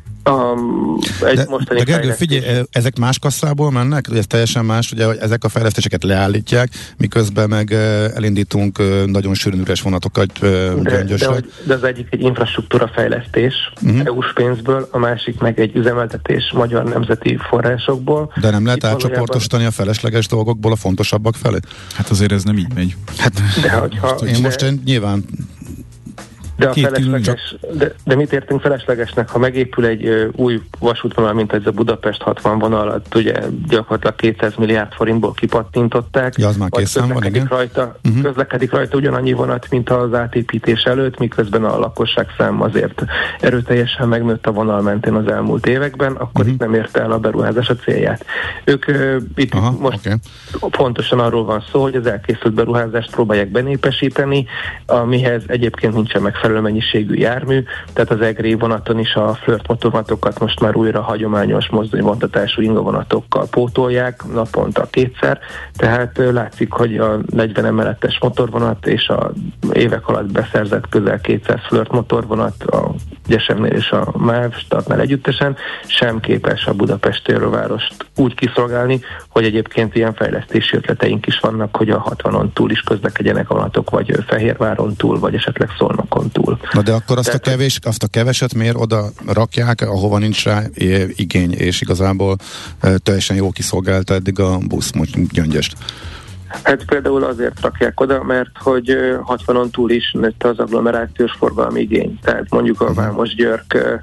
Um, egy de, mostani de Gergő, figyelj, ezek más kasszából mennek? Ez teljesen más, ugye, hogy ezek a fejlesztéseket leállítják, miközben meg elindítunk nagyon sűrűn üres vonatokat de, de, de az egyik egy infrastruktúra fejlesztés uh-huh. é u-s pénzből, a másik meg egy üzemeltetés magyar nemzeti forrásokból. De nem lehet átcsoportosítani a felesleges dolgokból a fontosabbak felé? Hát azért ez nem így megy. Hát, de hogyha, én de, most én nyilván De, a felesleges, de, de mit értünk feleslegesnek? Ha megépül egy ö, új vasútvonal, mint ez a Budapest hatvan vonalat, ugye gyakorlatilag kétszáz milliárd forintból kipattintották. Ja, az már készen van, igen. Rajta, uh-huh. Közlekedik rajta ugyanannyi vonat, mint az átépítés előtt, miközben a lakosság szám azért erőteljesen megnőtt a vonal mentén az elmúlt években, akkor uh-huh. itt nem érte el a beruházás a célját. Ők ö, itt Aha, most okay. pontosan arról van szó, hogy az elkészült beruházást próbálják benépesíteni, amihez egyébként nincsen megfelelő mennyiségű jármű, tehát az egri vonaton is a flirt motorvonatokat most már újra hagyományos mozdonyvontatású ingavonatokkal pótolják, naponta kétszer, tehát látszik, hogy a negyven emeletes motorvonat és a évek alatt beszerzett közel kétszáz flirt motorvonat a Gyesemnél és a MÁV startnál együttesen sem képes a Budapesti várost úgy kiszolgálni, hogy egyébként ilyen fejlesztési ötleteink is vannak, hogy a hatvanon túl is közlekedjenek a vonatok, vagy Fehérváron túl, vagy esetleg Szolnokon túl. Na de akkor azt, Tehát, a kevés, azt a keveset miért oda rakják, ahova nincs rá igény, és igazából e, teljesen jól kiszolgálta eddig a busz, most Gyöngyöst. Hát például azért rakják oda, mert hogy hatvanon túl is nőtt az agglomerációs forgalmi igény. Tehát mondjuk a Vámos-Györk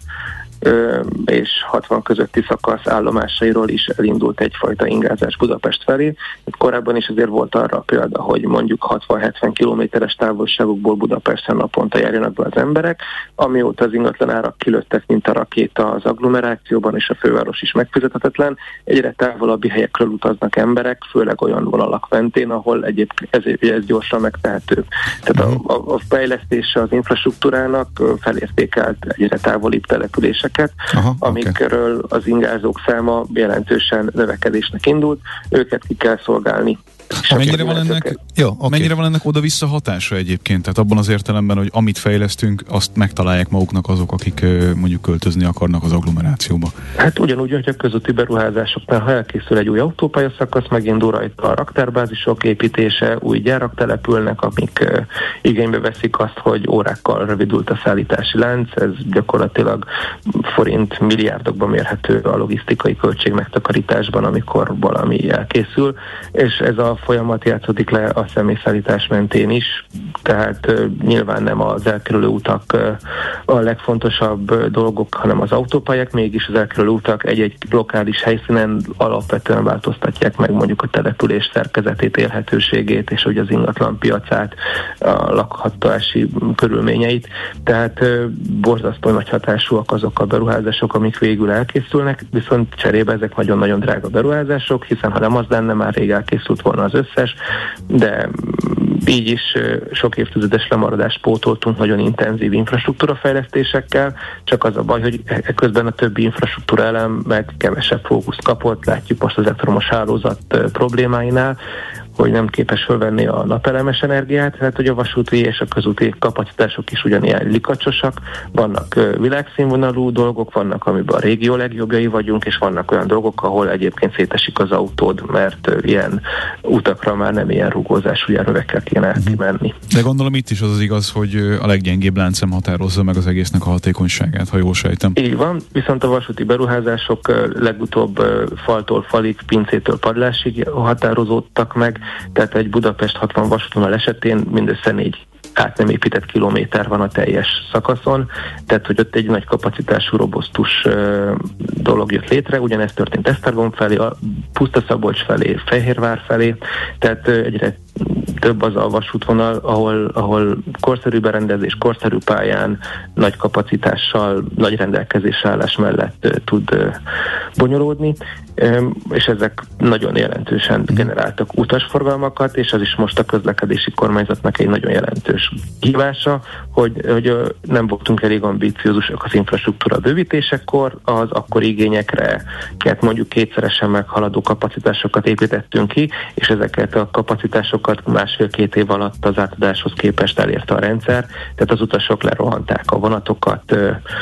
és hatvan közötti szakasz állomásairól is elindult egyfajta ingázás Budapest felé. Korábban is azért volt arra a példa, hogy mondjuk hatvan-hetven kilométeres távolságokból Budapesten naponta járjanak be az emberek, amióta az ingatlan árak kilőttek, mint a rakéta az agglomerációban, és a főváros is megfizethetetlen, egyre távolabbi helyekről utaznak emberek, főleg olyan vonalak mentén, ahol egyébként ez, ez gyorsan megtehető. Tehát a, a, a fejlesztése az infrastruktúrának felértékelt egyre távolibb települések, Aha, amikről okay. az ingázók száma jelentősen növekedésnek indult, őket ki kell szolgálni. Mennyire van, ennek, jó, okay. mennyire van ennek oda-vissza hatása egyébként? Tehát abban az értelemben, hogy amit fejlesztünk, azt megtalálják maguknak azok, akik mondjuk költözni akarnak az agglomerációba. Hát ugyanúgy, hogy a közúti beruházásoknál, ha elkészül egy új autópályaszakasz, megindul rajta a raktárbázisok építése, új gyárak települnek, amik uh, igénybe veszik azt, hogy órákkal rövidült a szállítási lánc, ez gyakorlatilag forint milliárdokban mérhető a logisztikai költség megtakarításban, amikor valami elkészül, és ez a folyamat játszódik le a személyszállítás mentén is, tehát uh, nyilván nem az elkerülő utak uh, a legfontosabb dolgok, hanem az autópályák, mégis az elkerülő utak egy-egy lokális helyszínen alapvetően változtatják meg mondjuk a település szerkezetét, élhetőségét, és ugye az ingatlan piacát, a lakhatási körülményeit. Tehát uh, borzasztó nagy hatásúak azok a beruházások, amik végül elkészülnek, viszont cserébe ezek nagyon-nagyon drága beruházások, hiszen ha nem az lenne, már rég elkészült volna az összes, de így is sok évtizedes lemaradást pótoltunk nagyon intenzív infrastruktúrafejlesztésekkel, csak az a baj, hogy közben a többi infrastruktúra elem meg kevesebb fókuszt kapott, látjuk most az elektromos hálózat problémáinál, hogy nem képes fölvenni a napelemes energiát, tehát hogy a vasúti és a közúti kapacitások is ugyanilyen likacsosak, vannak világszínvonalú dolgok, vannak, amiben a régió legjobbjai vagyunk, és vannak olyan dolgok, ahol egyébként szétesik az autód, mert ilyen utakra már nem ilyen rugózású járművekkel kéne elkimenni. De gondolom itt is az az igaz, hogy a leggyengébb láncem határozza meg az egésznek a hatékonyságát, ha jól sejtem. Így van, viszont a vasúti beruházások legutóbb faltól falig, pincétől padlásig határozódtak meg, tehát egy Budapest hatvan vasútvonal esetén mindössze négy át nem épített kilométer van a teljes szakaszon, tehát hogy ott egy nagy kapacitású robosztus uh, dolog jött létre, ugyanezt történt Esztergom felé, a Puszta-Szabolcs felé, Fehérvár felé, tehát uh, egyre több az a vasútvonal, ahol, ahol korszerű berendezés, korszerű pályán, nagy kapacitással, nagy rendelkezésállás mellett uh, tud uh, bonyolódni, um, és ezek nagyon jelentősen generáltak utasforgalmakat, és az is most a közlekedési kormányzatnak egy nagyon jelentős hívása, hogy, hogy uh, nem voltunk elég ambíciózusak az infrastruktúra bővítésekor, az akkori igényekre mondjuk kétszeresen meghaladó kapacitásokat építettünk ki, és ezeket a kapacitásokat másfél-két év alatt az átadáshoz képest elérte a rendszer, tehát az utasok lerohanták a vonatokat,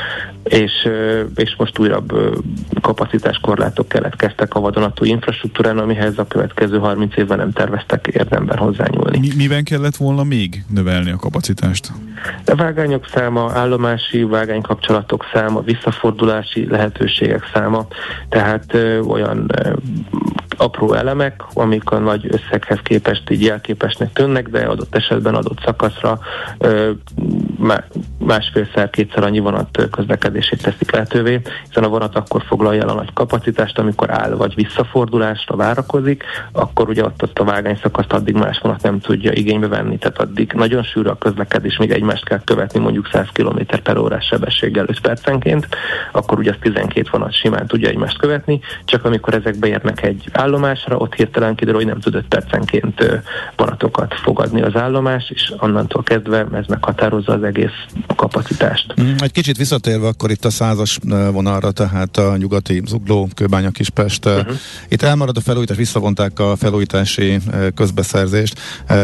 és, és most újabb kapacitáskorlátok keletkeztek a vadonatúj infrastruktúrán, amihez a következő harminc évben nem terveztek érdemben hozzányúlni. Mi, miben kellett volna még növelni a kapacitást? A vágányok száma, állomási vágánykapcsolatok száma, visszafordulási lehetőségek száma, tehát ö, olyan ö, apró elemek, amik a nagy összeghez képest így jelképesnek tűnnek, de adott esetben adott szakaszra ö, másfélszer, kétszer annyi vonat közlekedését teszik lehetővé, hiszen a vonat akkor foglalja el a nagy kapacitást, amikor áll vagy visszafordulásra várakozik, akkor ugye ott, ott a vágányszakaszt addig más vonat nem tudja igénybe venni, tehát addig nagyon sűrű a közlekedés, még egymást kell követni mondjuk száz kilométer per órás sebességgel öt percenként, akkor ugye az tizenkét vonat simán tudja egymást követni, csak amikor ezek beérnek egy állomásra, ott hirtelen kiderül, hogy nem tud öt percenként vonatokat fogadni az állomás, és onnantól kezdve ez meghatározza az egész kapacitást. Egy kicsit visszatérve akkor itt a százas vonalra, tehát a nyugati Zugló, Kőbánya, Kispest. Uh-huh. Itt elmarad a felújítás, visszavonták a felújítási közbeszerzést,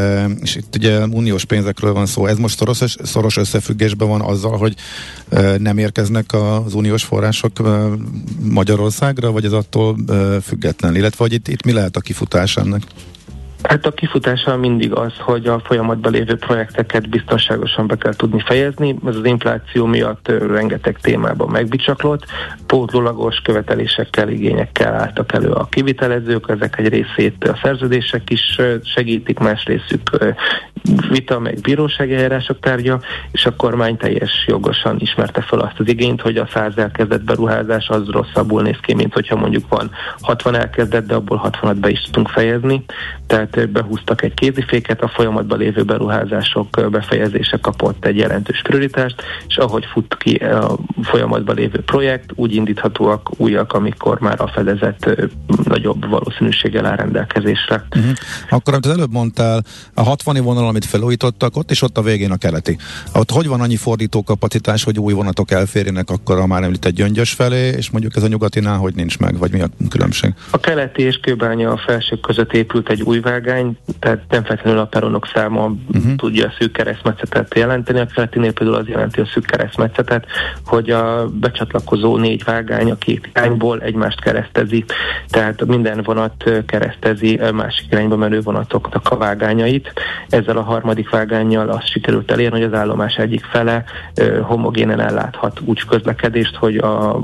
és itt ugye uniós pénzekről van szó. Ez most szoros, szoros összefüggésben van azzal, hogy nem érkeznek az uniós források Magyarországra, vagy ez attól független? Illetve, hogy itt, itt mi lehet a kifutás ennek? Hát a kifutása mindig az, hogy a folyamatban lévő projekteket biztonságosan be kell tudni fejezni. Ez az infláció miatt rengeteg témában megbicsaklott, pótlólagos követelésekkel, igényekkel álltak elő a kivitelezők, ezek egy részét a szerződések is segítik, más részük vita, meg bírósági eljárások tárgya, és a kormány teljes jogosan ismerte fel azt az igényt, hogy a száz elkezdett beruházás az rosszabbul néz ki, mint hogyha mondjuk van hatvan elkezdett, de abból hatvanat be is tudunk fejezni. Tehát behúztak egy kéziféket, a folyamatban lévő beruházások befejezése kapott egy jelentős prioritást, és ahogy fut ki a folyamatban lévő projekt, úgy indíthatóak újak, amikor már a fedezet nagyobb valószínűséggel áll rendelkezésre. Uh-huh. Akkor, amit az előbb mondtál, a hatvani vonal, amit felújítottak, ott és ott a végén a keleti. Ott hogy van annyi fordítókapacitás, hogy új vonatok elférjenek akkor a már említett Gyöngyös felé, és mondjuk ez a nyugatinál hogy nincs meg, vagy mi a különbség? A keleti és Kőbánya a felsők között épült egy új vágány, tehát nem feltétlenül a peronok száma uh-huh. tudja a szűk keresztmetszetet jelenteni, a keletinél például az jelenti a szűk keresztmetszetet, hogy a becsatlakozó négy vágány a két irányból egymást keresztezi, tehát minden vonat keresztezi másik irányba menő vonatoknak a vágányait. Ezzel a harmadik vágánnyal azt sikerült elérni, hogy az állomás egyik fele ö, homogénen elláthat úgy közlekedést, hogy a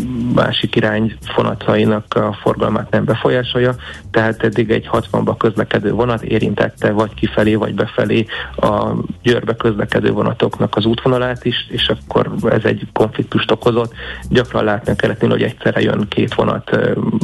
másik irány vonatainak a forgalmát nem befolyásolja, tehát eddig egy hatvanba közlekedő vonat érintette vagy kifelé, vagy befelé a Győrbe közlekedő vonatoknak az útvonalát is, és akkor ez egy konfliktust okozott. Gyakran látni keletinél, hogy egyszerre jön két vonat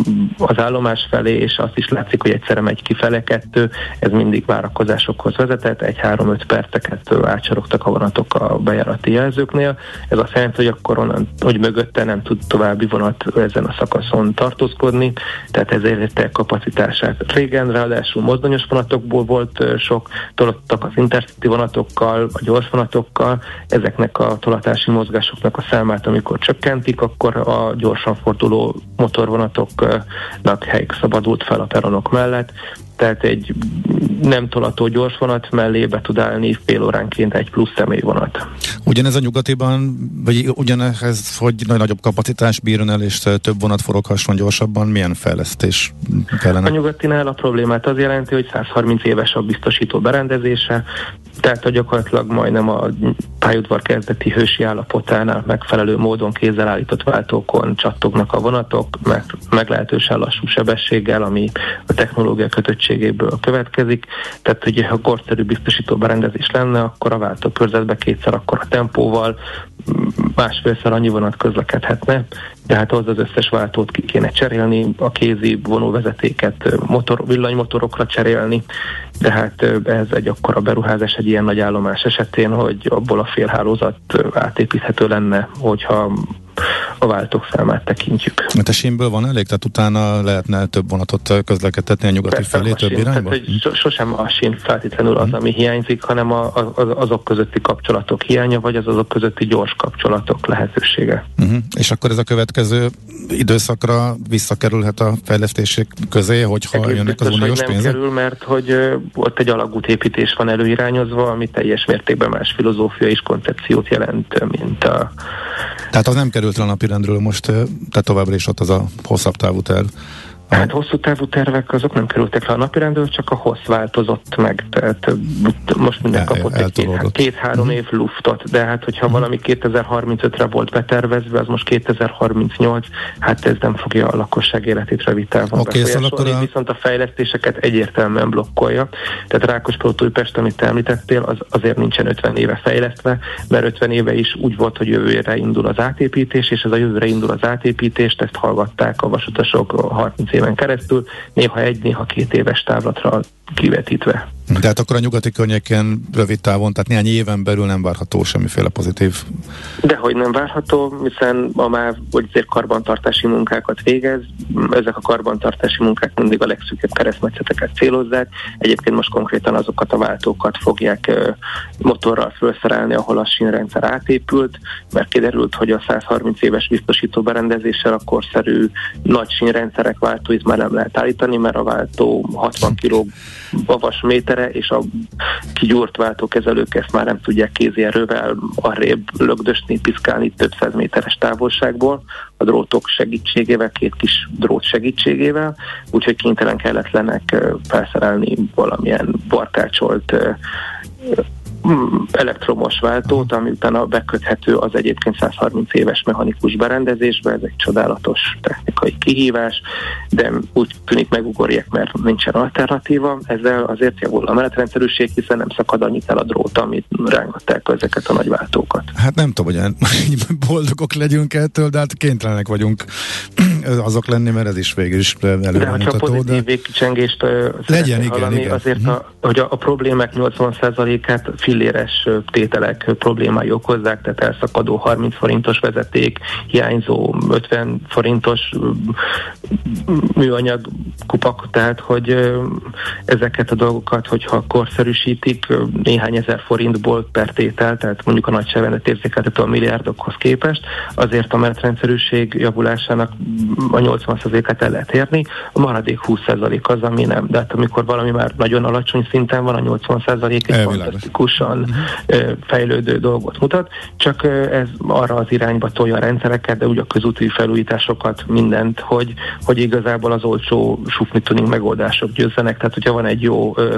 az állomás felé, és azt is látszik, hogy egyszerre megy kifele kettő, ez mindig várakozásokhoz vezetett, egy-három-öt perceket átsorogtak a vonatok a bejárati jelzőknél. Ez azt jelenti, hogy akkor onnan, hogy mögötte nem tud további vonat ezen a szakaszon tartózkodni, tehát ezért érte kapacitását. Régen ráadásul mozdonyos vonatokból volt sok, tolottak az intercity vonatokkal, a gyors vonatokkal, ezeknek a tolatási mozgásoknak a számát, amikor csökkentik, akkor a gyorsan forduló motorvonatoknak hely szabadult fel a peronok mellett, tehát egy nem tolató gyors vonat mellé be tud állni fél óránként egy plusz személyvonat. Ugyanez a nyugatiban, vagy ugyanez, hogy nagy nagyobb kapacitás bírjon el, és több vonat foroghasson gyorsabban, milyen fejlesztés kellene? A nyugatinál a problémát az jelenti, hogy száz harminc éves a biztosító berendezése, tehát a gyakorlatilag majdnem a pályaudvar kezdeti hősi állapotánál megfelelő módon kézzel állított váltókon csattognak a vonatok, meg, meglehetősen lassú sebességgel, ami a technológia kötöttségéből következik. Tehát, hogy ha korszerű biztosító berendezés lenne, akkor a váltókörzetbe kétszer akkora tempóval másfélszer annyi vonat közlekedhetne, de hát ahhoz az összes váltót ki kéne cserélni, a kézi vonóvezetéket motor, villanymotorokra cserélni, de hát ez egy akkora beruházás egy ilyen nagy állomás esetén, hogy abból a félhálózat átépíthető lenne, hogyha a váltók számát tekintjük. Mert a sínből van elég? Tehát utána lehetne több vonatot közlekedtetni a nyugati Persze, felé, több sín, irányba? Tehát, hogy sosem a sín feltétlenül az, ami hiányzik, hanem a, az, azok közötti kapcsolatok hiánya, vagy az azok közötti gyors kapcsolatok lehetősége. Uh-huh. És akkor ez a következő időszakra visszakerülhet a fejlesztések közé, hogyha Egész jönnek biztos, az uniós hogy nem pénzek? kerül, mert hogy uh, ott egy alagútépítés van előirányozva, ami teljes mértékben más filozófia és koncepciót jelent, mint a... Tehát az nem került le a napirendről most, tehát továbbra is ott az a hosszabb távú terv. Hát hosszú távú tervek azok nem kerültek le a napirendről, csak a hossz változott meg, tehát most minden kapott egy két, két-három uh-huh. év luftot, de hát hogyha uh-huh. valami kétezer-harmincötre volt betervezve, az most kétezer-harmincnyolc, hát ez nem fogja a lakosság életét rövid távon okay, befolyásolni, szóval a... viszont a fejlesztéseket egyértelműen blokkolja. Tehát Rákospalota-Újpest, amit említettél, az azért nincsen ötven éve fejlesztve, mert ötven éve is úgy volt, hogy jövőre indul az átépítés, és ez a jövőre indul az átépítés, ezt hallgatták a vasutasok harminc éven keresztül, néha egy, néha két éves távlatra kivetítve. Tehát akkor a nyugati környéken rövid távon, tehát néhány éven belül nem várható semmiféle pozitív? Dehogy nem várható, hiszen a MÁV azért karbantartási munkákat végez, ezek a karbantartási munkák mindig a legszűkebb keresztmetszeteket célozzák. Egyébként most konkrétan azokat a váltókat fogják motorral felszerelni, ahol a sínrendszer átépült, mert kiderült, hogy a száz harminc éves biztosító berendezéssel a korszerű nagy sínrendszerek váltóit már nem lehet állítani, mert a váltó hatvan kiló vas métere, és a kigyúrt váltókezelők ezt már nem tudják kézi erővel arrébb lögdösni, piszkálni több száz méteres távolságból, a drótok segítségével, két kis drót segítségével, úgyhogy kénytelen kelletlenek felszerelni valamilyen barkácsolt elektromos váltót, ami utána beköthető az egyébként száz harminc éves mechanikus berendezésbe, ez egy csodálatos technikai kihívás, de úgy tűnik megugorják, mert nincsen alternatíva, ezzel azért javul a menetrendszerűség, hiszen nem szakad annyit el a drót, amit rángatták ezeket a nagy váltókat. Hát nem tudom, hogy boldogok legyünk ettől, de hát kénytelenek vagyunk azok lenni, mert ez is végül is előremutató. De ha csak pozitív de... végkicsengést legyen, igen, hallani, igen. Azért, uh-huh. a, hogy a, a problémák nyolcvan százalékát filléres tételek problémái okozzák, tehát elszakadó harminc forintos vezeték, hiányzó ötven forintos műanyag kupak, tehát hogy ezeket a dolgokat, hogyha korszerűsítik néhány ezer forintból per tétel, tehát mondjuk a nagyságrendet érzékeltető a milliárdokhoz képest, azért a menetrendszerűség javulásának a nyolcvan százalékát el lehet érni, a maradék húsz százalék az, ami nem. De hát amikor valami már nagyon alacsony szinten van, a nyolcvan százalék egy fantasztikusan uh-huh. fejlődő dolgot mutat, csak ez arra az irányba tolja a rendszereket, de úgy a közúti felújításokat, mindent, hogy, hogy igazából az olcsó sufni tuning megoldások győzzenek, tehát hogyha van egy jó ö,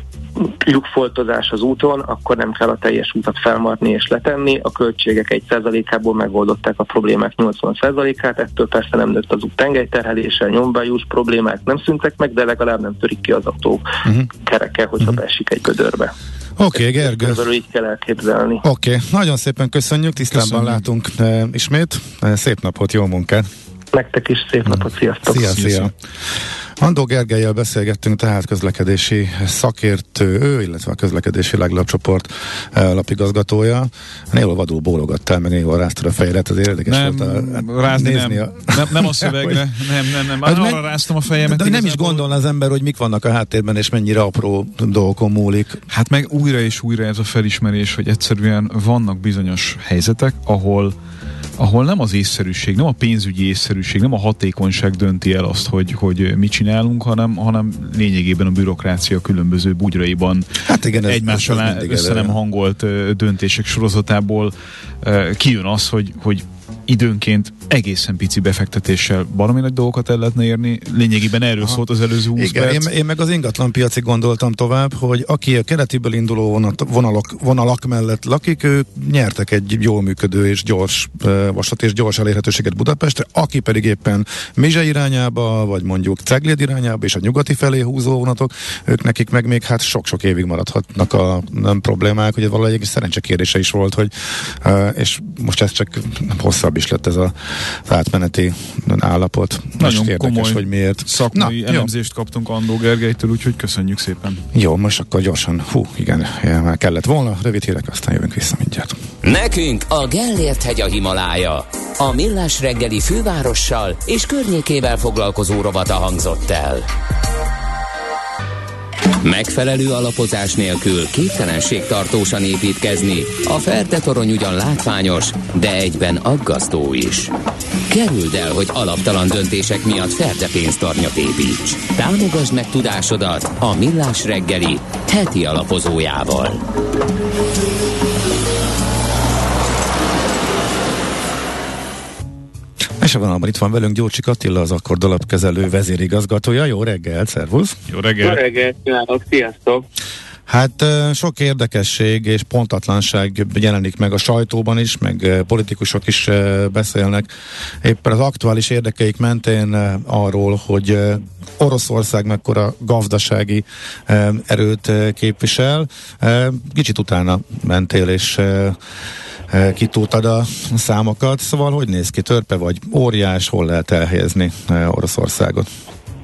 lyukfoltozás az úton, akkor nem kell a teljes útat felmarni és letenni, a költségek egy százalékából megoldották a problémák nyolcvan százalékát, ettől persze nem nőtt az út tengelyterhelése, nyombájús problémák nem szüntek meg, de legalább nem törik ki az autó uh-huh. kereke, hogyha uh-huh. beesik egy gödörbe. Oké, okay, Gergő. Körülbelül így kell elképzelni. Oké, okay. Nagyon szépen köszönjük, tisztában köszönjük. Látunk e, ismét. E, szép napot, jó munkát! Nektek is szép napot, sziasztok! Szia, szia! Andó Gergellyel beszélgettünk, tehát közlekedési szakértő, ő, illetve a közlekedési legjobb csoport lapigazgatója. Néhol vadul bólogattál, meg néhol ráztad a fejedet, az érdekes nem, volt a, rázni nézni nem, a... nem, nem a szövegre, nem, nem, nem, már arra ráztam a fejemet. De nem is gondol az ember, hogy mik vannak a háttérben, és mennyire apró dolgokon múlik. Hát meg újra és újra ez a felismerés, hogy egyszerűen vannak bizonyos helyzetek, ahol ahol nem az észszerűség, nem a pénzügyi észszerűség, nem a hatékonyság dönti el azt, hogy, hogy mit csinálunk, hanem, hanem lényegében a bürokrácia különböző bugyraiban hát igen, ez, egymással ez, ez össze nem hangolt döntések sorozatából kijön az, hogy, hogy időnként egészen pici befektetéssel baromi nagy dolgokat el lehetne érni. Lényegében erről Aha. szólt az előző húsz Igen, én, én meg az ingatlan piaci gondoltam tovább, hogy aki a keletiből induló vonat, vonalak, vonalak mellett lakik, ők nyertek egy jól működő és gyors uh, vasat és gyors elérhetőséget Budapestre, aki pedig éppen Mizse irányába, vagy mondjuk Cegléd irányába, és a nyugati felé húzó vonatok, ők nekik meg még hát sok-sok évig maradhatnak a nem problémák, hogy valahogy egy szerencse kérdése is volt, hogy uh, és most ez csak hosszabb is lett ez a átmeneti állapot. Nagyon érdekes, komoly hogy miért. szakmai Na, elemzést jó. kaptunk Andó Gergelytől, úgyhogy köszönjük szépen. Jó, most akkor gyorsan, hú, igen, már kellett volna, rövid hírek, aztán jövünk vissza mindjárt. Nekünk a Gellért hegy a Himalája. A Millás reggeli fővárossal és környékével foglalkozó rovata hangzott el. Megfelelő alapozás nélkül képtelenség tartósan építkezni. A Ferde torony ugyan látványos, de egyben aggasztó is. Kerüld el, hogy alaptalan döntések miatt Ferde pénztarnyat építs. Támogasd meg tudásodat a Millás reggeli heti alapozójával. És a vonalban itt van velünk Gyurcsik Attila, az Akkord alapkezelő vezérigazgatója. Jó reggel, szervusz! Jó reggel! Jó reggelt kívánok, sziasztok! Hát sok érdekesség és pontatlanság jelenik meg a sajtóban is, meg politikusok is beszélnek éppen az aktuális érdekeik mentén arról, hogy Oroszország mekkora gazdasági erőt képvisel. Kicsit utána mentél és kitúltad a számokat, szóval hogy néz ki, törpe vagy óriás, hol lehet elhelyezni Oroszországot?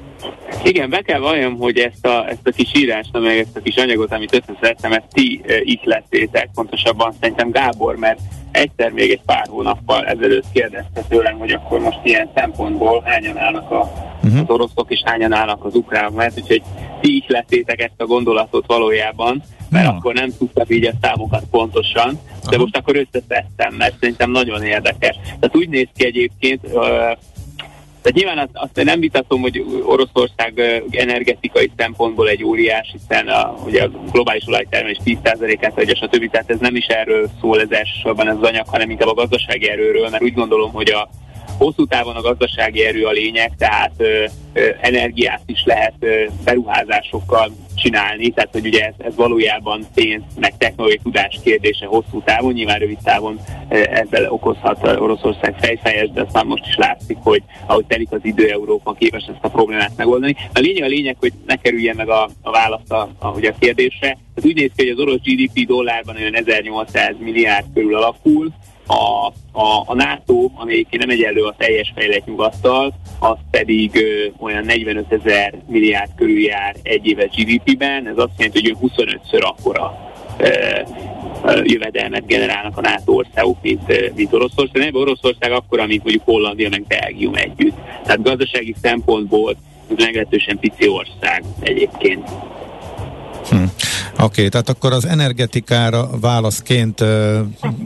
Igen, be kell valljam, hogy ezt a, ezt a kis írást, meg ezt a kis anyagot, amit összeszedtem, ezt ti e, ihlettétek, pontosabban szerintem Gábor, mert egyszer még egy pár hónappal ezelőtt kérdezte tőlem, hogy akkor most ilyen szempontból hányan állnak a, uh-huh. az oroszok, és hányan állnak az ukránok, mert úgyhogy ti ihlettétek ezt a gondolatot valójában, mert ja. akkor nem tudtam így a számokat pontosan, de Aha. most akkor összeszedtem, mert szerintem nagyon érdekes. Tehát úgy néz ki egyébként, uh, tehát nyilván azt, azt nem vitatom, hogy Oroszország energetikai szempontból egy óriás, hiszen a, ugye a globális olajtermelés tíz százalékát adja, stb. Tehát ez nem is erről szól ez elsősorban ez az anyag, hanem inkább a gazdasági erőről, mert úgy gondolom, hogy a hosszú távon a gazdasági erő a lényeg, tehát ö, ö, energiát is lehet ö, beruházásokkal csinálni, tehát hogy ugye ez, ez valójában pénz, meg technológiai tudás kérdése hosszú távon, nyilván rövid távon ö, ezzel okozhat Oroszország fejfejes, de aztán most is látszik, hogy ahogy telik az idő, Európa képes ezt a problémát megoldani. A lényeg a lényeg, hogy ne kerüljen meg a, a választ a, a, ugye a kérdésre. Tehát úgy néz ki, hogy az orosz gé dé pé dollárban olyan ezernyolcszáz milliárd körül alakul, A, a, a NATO, ami nem egyenlő a teljes fejlett nyugattal, az pedig ö, olyan negyvenötezer milliárd körül jár egy éves gé dé pében, ez azt jelenti, hogy huszonötször akkora ö, ö, jövedelmet generálnak a NATO országok, mint, mint Oroszország. Nem, Oroszország akkora, mint mondjuk Hollandia, meg Belgium együtt. Tehát gazdasági szempontból ez meglehetősen pici ország egyébként. Hm. Oké, okay, tehát akkor az energetikára válaszként ö,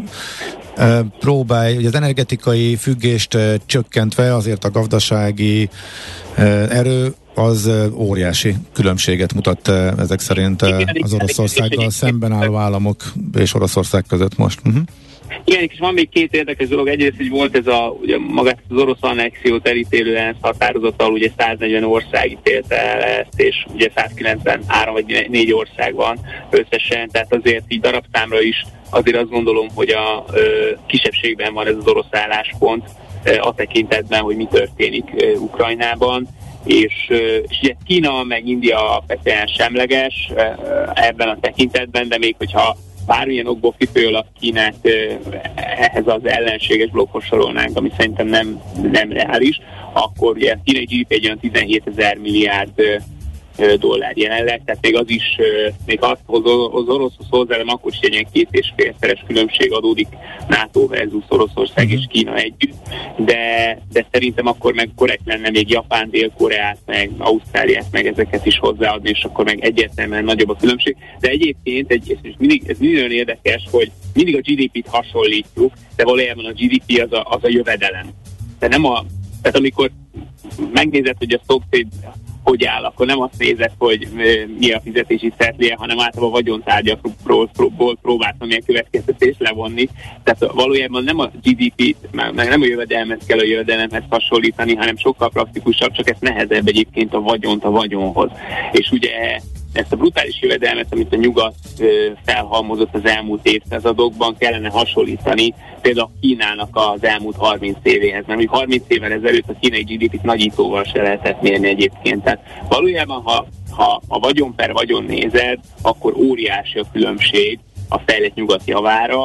ö, próbálj, hogy az energetikai függést ö, csökkentve azért a gazdasági ö, erő az ö, óriási különbséget mutat ö, ezek szerint ö, az Oroszországgal szemben álló államok és Oroszország között most. Uh-huh. Igen, és van még két érdekes dolog. Egyrészt, hogy volt ez a, ugye magát az orosz annexiót elítélő ENSZ határozattal, ugye száznegyven ország ítélte el ezt, és ugye százkilencvenhárom vagy négy ország van összesen, tehát azért így darabszámra is azért azt gondolom, hogy a ö, kisebbségben van ez az orosz álláspont ö, a tekintetben, hogy mi történik ö, Ukrajnában, és, ö, és ugye Kína meg India alapvetően semleges ö, ebben a tekintetben, de még hogyha bármilyen okból kifolyólag Kínát ehhez az ellenséges blokkhoz sorolnánk, ami szerintem nem, nem reális, akkor ugye a kínai gé dé pé egy olyan tizenhétezer milliárd dollár jelenleg, tehát még az is, még azt az oroszhoz hozzá, akkor is egy ilyen két és félszeres különbség adódik NATO versus Oroszország uh-huh. és Kína együtt, de, de szerintem akkor meg korrekt lenne még Japán, Dél-Koreát, meg Ausztráliát, meg ezeket is hozzáadni, és akkor meg egyértelműen nagyobb a különbség. De egyébként, egy, ez, mindig, ez mindig nagyon érdekes, hogy mindig a gé dé pét hasonlítjuk, de valójában a gé dé pé az a, az a jövedelem. De nem a, tehát amikor megnézed, hogy a szomszéd hogy áll, akkor nem azt nézed, hogy mi a fizetési szertléje, hanem általában a vagyontárgyakról próbáltam milyen következtetést levonni. Tehát valójában nem a gé dé pét, meg nem a jövedelmet kell a jövedelemhez hasonlítani, hanem sokkal praktikusabb, csak ez nehezebb egyébként a vagyont a vagyonhoz. És ugye ezt a brutális jövedelmet, amit a nyugat felhalmozott az elmúlt évszázadokban, kellene hasonlítani például Kínának az elmúlt harminc évéhez, mert még harminc évvel ezelőtt a kínai gé dé pét nagyítóval se lehetett mérni egyébként. Tehát valójában, ha, ha a vagyon per vagyon nézed, akkor óriási a különbség a fejlett nyugat javára,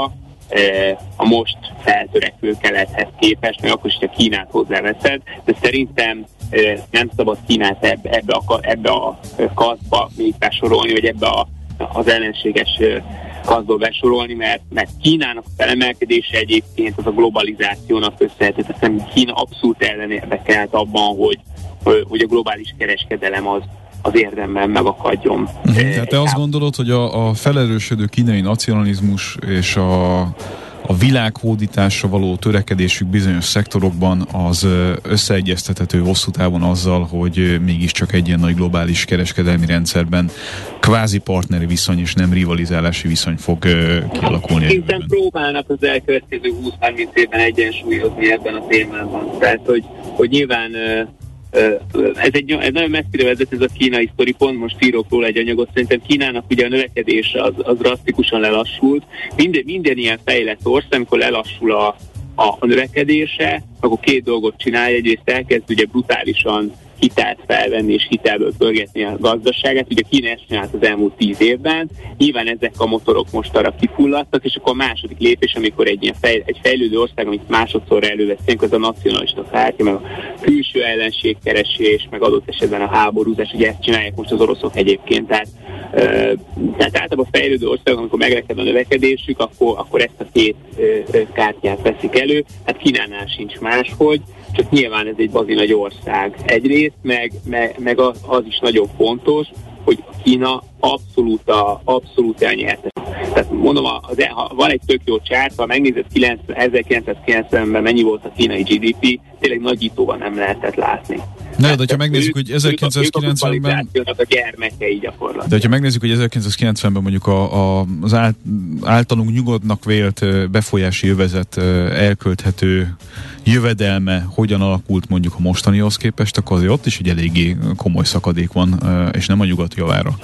a most feltörekvő kelethez képest, meg akkor is, hogy a Kínát hozzáveszed, de szerintem nem szabad Kínát ebbe, ebbe, a, ebbe a kaszba még besorolni, vagy ebbe a, az ellenséges kaszba besorolni, mert, mert Kínának a felemelkedése egyébként az a globalizációnak köszönhető. Tehát Kína abszolút ellenérdekel abban, hogy, hogy a globális kereskedelem az az érdemben megakadjon. Uh-huh. Tehát te azt gondolod, hogy a, a felerősödő kínai nacionalizmus és a, a világhódításra való törekedésük bizonyos szektorokban az összeegyeztethető hosszú távon azzal, hogy mégiscsak egy ilyen nagy globális kereskedelmi rendszerben kvázi partneri viszony és nem rivalizálási viszony fog kialakulni. Szerintem próbálnak az elkövetkező húsz-harminc évben egyensúlyozni ebben a témában. Tehát, hogy, hogy nyilván Ez egy, egy nagyon messzire vezet ez a kínai sztori, pont most írok róla egy anyagot, szerintem Kínának ugye a növekedése az, az drasztikusan lelassult. Minden, minden ilyen fejlett ország, amikor lelassul a, a, a növekedése, akkor két dolgot csinálja, egyrészt elkezd ugye brutálisan hitelt felvenni és hitelből pörgetni a gazdaságát. Ugye Kína ezt csinált az elmúlt tíz évben, nyilván ezek a motorok most arra kifulladtak, és akkor a második lépés, amikor egy, ilyen fej, egy fejlődő ország, amit másodszorra előveszünk, az a nacionalista kártya, meg a külső ellenségkeresés, meg adott esetben a háborúzás, ugye ezt csinálják most az oroszok egyébként, tehát, ö, tehát általában a fejlődő országok, amikor megreked a növekedésük, akkor, akkor ezt a két ö, kártyát veszik elő, hát Kínánál sincs máshogy, csak nyilván ez egy bazi nagy ország egyrészt, meg, meg, meg az, az is nagyon fontos, hogy Kína abszolút, a, abszolút elnyerte. Tehát mondom, az, ha van egy tök jó csárt, ha megnézed ezerkilencszázkilencvenben mennyi volt a kínai gé dé pé, tényleg nagyítóban nem lehetett látni. Ne, de ha megnézzük, hogy ezerkilencszázkilencvenben... a gyermekei gyakorlatilag. De ha megnézzük, hogy ezerkilencszázkilencvenben mondjuk a, a, az általunk nyugodtnak vélt befolyási jövezet elkölthető jövedelme hogyan alakult mondjuk a mostanihoz képest, akkor azért ott is egy eléggé komoly szakadék van, és nem a nyugat javára.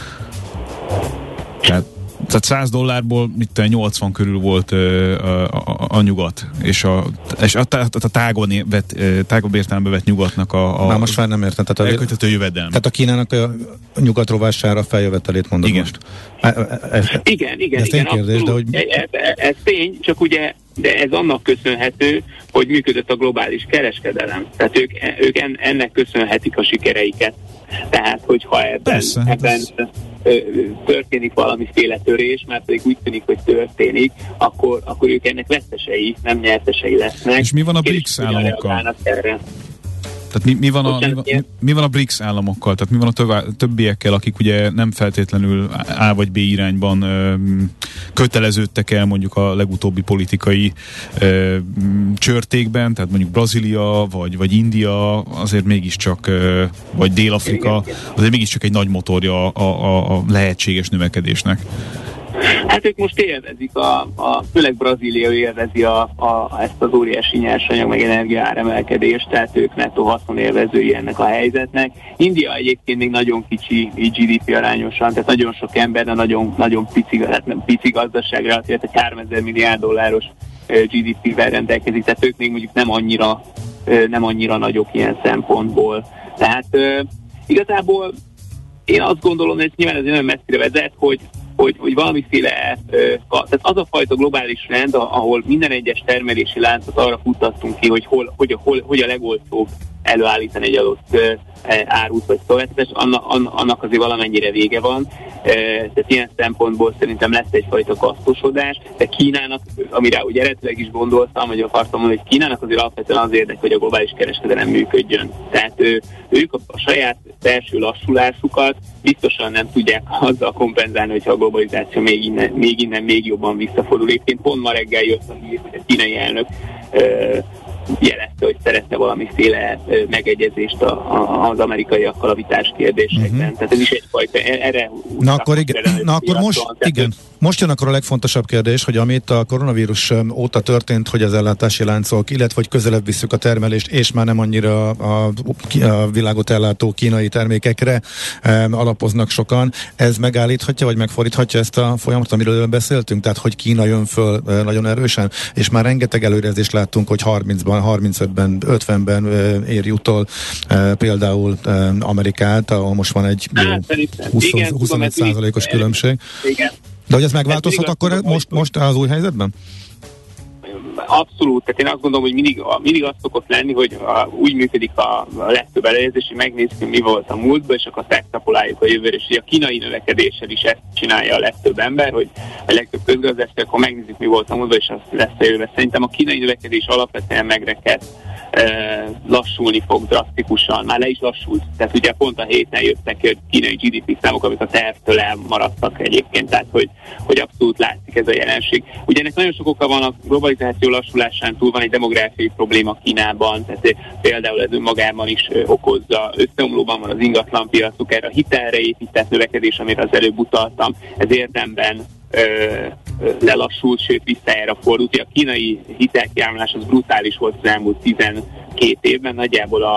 Tehát Tehát száz dollárból mit nyolcvan körül volt ö, a, a, a nyugat, és a, és a, a, a tágon vett, tágabb értelembe vett nyugatnak a, a már most már nem értem. Tehát elkölthető jövedelme. Tehát a Kínának a nyugat rovására feljövetelét mondod igen. most. E, e, e, igen, igen, ez igen, kérdés, de hogy... ez, ez tény, csak ugye de ez annak köszönhető, hogy működött a globális kereskedelem. Tehát ők, ők ennek köszönhetik a sikereiket. Tehát, hogyha ebben, Persze, ebben ez... történik valamiféle törés, mert pedig úgy tűnik, hogy történik, akkor, akkor ők ennek vesztesei, nem nyertesei lesznek. És mi van a BRICS államokkal? Tehát mi, mi, van a, mi, van, mi, mi van a BRICS államokkal? Tehát mi van a tövá, többiekkel, akik ugye nem feltétlenül A vagy B irányban ö, köteleződtek el mondjuk a legutóbbi politikai ö, csörtékben, tehát mondjuk Brazília, vagy, vagy India, azért mégiscsak, ö, vagy Dél-Afrika, azért mégiscsak egy nagy motorja a, a, a lehetséges növekedésnek. Hát ők most élvezik, a, a, főleg Brazília élvezi a, a, ezt az óriási nyersanyag meg energia áremelkedést, tehát ők nettó haszonélvezői ennek a helyzetnek. India egyébként még nagyon kicsi gé dé pé arányosan, tehát nagyon sok ember, de nagyon, nagyon pici, hát nem pici gazdaság relatív, egy háromezer milliárd dolláros gé dé pével rendelkezik, tehát ők még mondjuk nem annyira, nem annyira nagyok ilyen szempontból. Tehát igazából én azt gondolom, hogy nyilván ez nagyon messzire vezet, hogy Hogy, hogy valamiféle, tehát az a fajta globális rend, ahol minden egyes termelési láncot arra futtattunk ki, hogy hol, hogy, hol, hogy a legolcsóbb előállítani egy adott árut vagy szolgáltatást, annak, annak azért valamennyire vége van. Tehát ilyen szempontból szerintem lesz egyfajta kasztosodás, de Kínának, amire ugye eredetileg is gondoltam, hogy akartam mondani, hogy Kínának azért alapvetően az érdek, hogy a globális kereskedelem működjön. Tehát ő, ők a, a saját belső lassulásukat biztosan nem tudják azzal kompenzálni, hogyha a globalizáció még innen, még innen még jobban visszafordul. Éppen pont ma reggel jött a hír, hogy a kínai elnök jelezte, hogy szeretne valamiféle megegyezést a, a, az amerikaiakkal a vitás kérdésekben. Uh-huh. Tehát ez is egyfajta erre... Na akkor, igen, na akkor most, igen, most jön akkor a legfontosabb kérdés, hogy amit a koronavírus óta történt, hogy az ellátási láncok, illetve hogy közelebb visszük a termelést, és már nem annyira a, a világot ellátó kínai termékekre um, alapoznak sokan. Ez megállíthatja, vagy megfordíthatja ezt a folyamatot, amiről beszéltünk? Tehát, hogy Kína jön föl uh, nagyon erősen, és már rengeteg előrejelzést láttunk, hogy harmincban, harmincötben, ötvenben uh, ér utol uh, például uh, Amerikát, ahol most van egy hát, húsz-huszonegy százalékos különbség. Igen. De hogy ez megváltozhat akkor tudom, most, most az új helyzetben? Abszolút, tehát én azt gondolom, hogy mindig, mindig az szokott lenni, hogy a, úgy működik a, a legtöbb előzés, hogy megnézzük, mi volt a múltban, és akkor extrapoláljuk a jövőre, és a kínai növekedéssel is ezt csinálja a legtöbb ember, hogy a legtöbb közgazdászok, akkor megnézzük, mi volt a múltban, és azt lesz a jövőre. Szerintem a kínai növekedés alapvetően megrekedt, lassulni fog drasztikusan. Már le is lassult. Tehát ugye pont a héten jöttek kínai gé dé pé számok, amik a tervtől elmaradtak egyébként. Tehát, hogy, hogy abszolút látszik ez a jelenség. Ugye ennek nagyon sok oka van, a globalizáció lassulásán túl van egy demográfiai probléma Kínában, tehát például ez önmagában is okozza. Összeomlóban van az ingatlanpiacuk, erre a hitelre épített növekedés, amire az előbb utaltam. Ez érdemben Ö, ö, lelassult, sőt visszajára fordult. A kínai hitelkiáramlás az brutális volt az elmúlt tizenkét évben, nagyjából a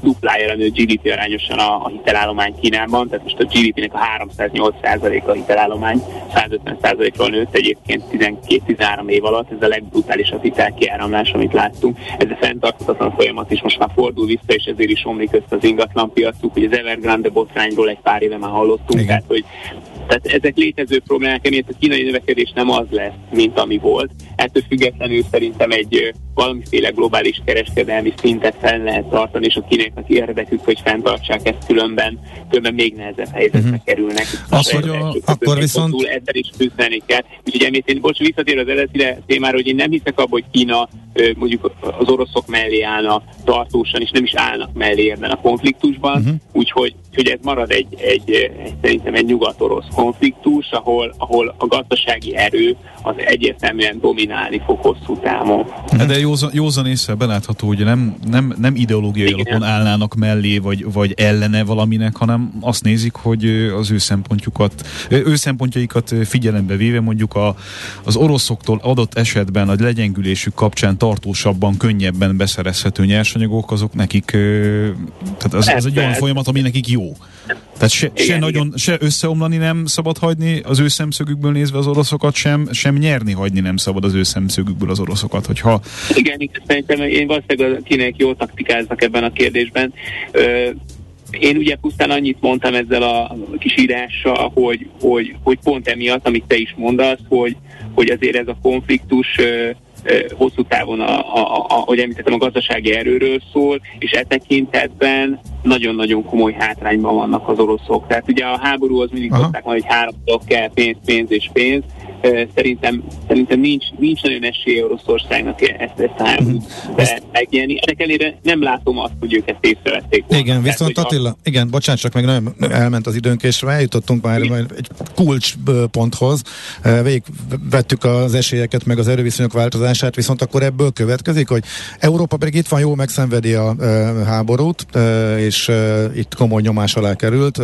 duplájára nőtt gé dé pé arányosan a, a hitelállomány Kínában, tehát most a gé dé pének a háromszáznyolc százaléka a hitelállomány, százötven százalékról nőtt egyébként tizenkét-tizenhárom év alatt, ez a legbrutálisabb hitelkiáramlás, amit láttunk. Ez a fenntarthatatlan folyamat is most már fordul vissza, és ezért is omlik össze az ingatlanpiacuk, hogy az Evergrande botrányról egy pár éve már hallottunk, igen. tehát hogy Tehát ezek létező problémák, emiatt a kínai növekedés nem az lesz, mint ami volt. Ettől függetlenül szerintem egy valamiféle globális kereskedelmi szintet fel lehet tartani, és a kínaiaknak érdekük, hogy fenntartsák ezt, különben, különben még nehezebb helyzetbe uh-huh. kerülnek. Azt, hogy a, akkor viszont... Túl, ezzel is küzdeni kell. Úgyhogy emiatt én, bocs, visszatér az eredeti témára, hogy én nem hiszek abban, hogy Kína mondjuk az oroszok mellé állna tartósan, és nem is állnak mellé ebben a konfliktusban, uh-huh. úgyhogy hogy ez marad egy, egy, egy szerintem egy nyugat-orosz konfliktus, ahol, ahol a gazdasági erő az egyértelműen dominálni fog hosszú távon. De józan, józan észre belátható, hogy nem, nem, nem ideológiai igen. alapon állnának mellé, vagy, vagy ellene valaminek, hanem azt nézik, hogy az ő szempontjukat, ő szempontjaikat figyelembe véve mondjuk a, az oroszoktól adott esetben a legyengülésük kapcsán tartósabban, könnyebben beszerezhető nyersanyagok, azok nekik, tehát az, az egy olyan folyamat, ami nekik jó. Tehát se, igen, se, nagyon, se összeomlani nem szabad hagyni az ő szemszögükből nézve az oroszokat, sem, sem nyerni hagyni nem szabad az ő szemszögükből az oroszokat, hogyha... Igen, igen, szerintem én valószínűleg a kínaiak jól taktikáznak ebben a kérdésben. Ö, én ugye pusztán annyit mondtam ezzel a kis írással, hogy, hogy, hogy pont emiatt, amit te is mondasz, hogy, hogy azért ez a konfliktus ö, hosszú távon, a, a, a, ahogy említettem, a gazdasági erőről szól, és e tekintetben nagyon-nagyon komoly hátrányban vannak az oroszok. Tehát ugye a háborúhoz mindig szokták majd, hogy három dolog kell, pénz, pénz és pénz. Szerintem, szerintem nincs, nincs nagyon esélye Oroszországnak ezt, ezt a háborút uh-huh. megnyerni. Ennek ellenére nem látom azt, hogy ők ezt észrevették volna. Igen, tehát, viszont Attila, a... igen, bocsánat, csak meg nem elment az időnk, és eljutottunk már igen. egy kulcsponthoz. Végigvettük az esélyeket, meg az erőviszonyok változását, viszont akkor ebből következik, hogy Európa pedig itt van, jól megszenvedi a háborút, és itt komoly nyomás alá került.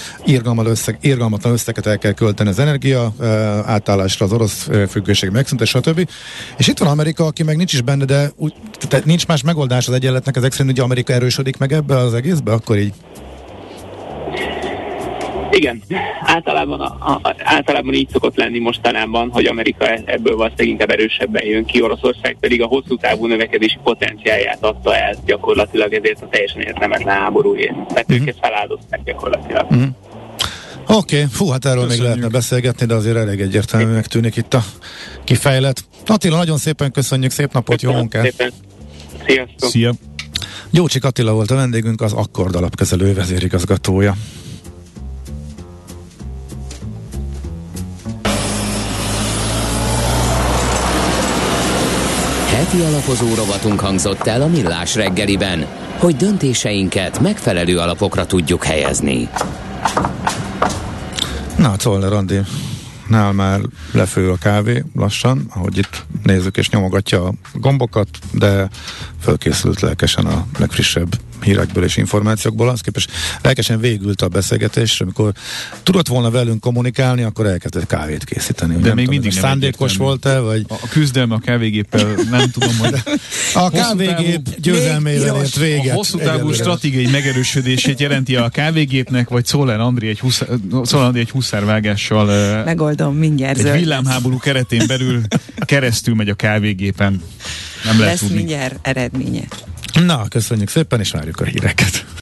Irgalmatlan összeget el kell költeni az energia átállás az orosz függőség megszűnt, stb. És itt van Amerika, aki meg nincs is benne, de úgy, tehát nincs más megoldás az egyenletnek, ezek szerint, hogy Amerika erősödik meg ebbe az egészbe, akkor így? Igen, általában, a, a, általában így szokott lenni mostanában, hogy Amerika ebből valószínűleg inkább erősebben jön ki, Oroszország pedig a hosszú távú növekedési potenciálját adta el gyakorlatilag, ezért a teljesen értelmetlen háborúért. Tehát uh-huh. ők ezt feláldozták gyakorlatilag. Uh-huh. Oké, okay. Fú, hát erről Köszönjük. Még lehetne beszélgetni, de azért elég egyértelműnek tűnik itt a kifejlet. Attila, nagyon szépen köszönjük, szép napot, Köszönjük jó munkát! Szépen. Sziasztok! Szia! Gyócsik Attila volt a vendégünk, az Akkord alapkezelő vezérigazgatója. Heti alapozó rovatunk hangzott el a Millás reggeliben, hogy döntéseinket megfelelő alapokra tudjuk helyezni. Na, Czoller Andi, nál már lefő a kávé lassan, ahogy itt nézzük és nyomogatja a gombokat, de fölkészült lelkesen a legfrissebb hírekből és információkból, az képest lelkesen végült a beszélgetésre, amikor tudott volna velünk kommunikálni, akkor elkezdett kávét készíteni. De nem még tudom, mindig szándékos volt-e, vagy... A küzdelme a kávégéppel nem tudom, hogy... A kávégép győzelmével ért véget. A hosszú távú stratégiai megerősödését jelenti a kávégépnek, vagy Czoller Andri egy, huszár, Czoller Andri egy huszárvágással megoldom mindjárt. Egy villámháború keretén belül keresztül megy a kávégépen. Nem lehet lesz tudni. Mindjárt eredménye. Na, köszönjük szépen, és várjuk a híreket.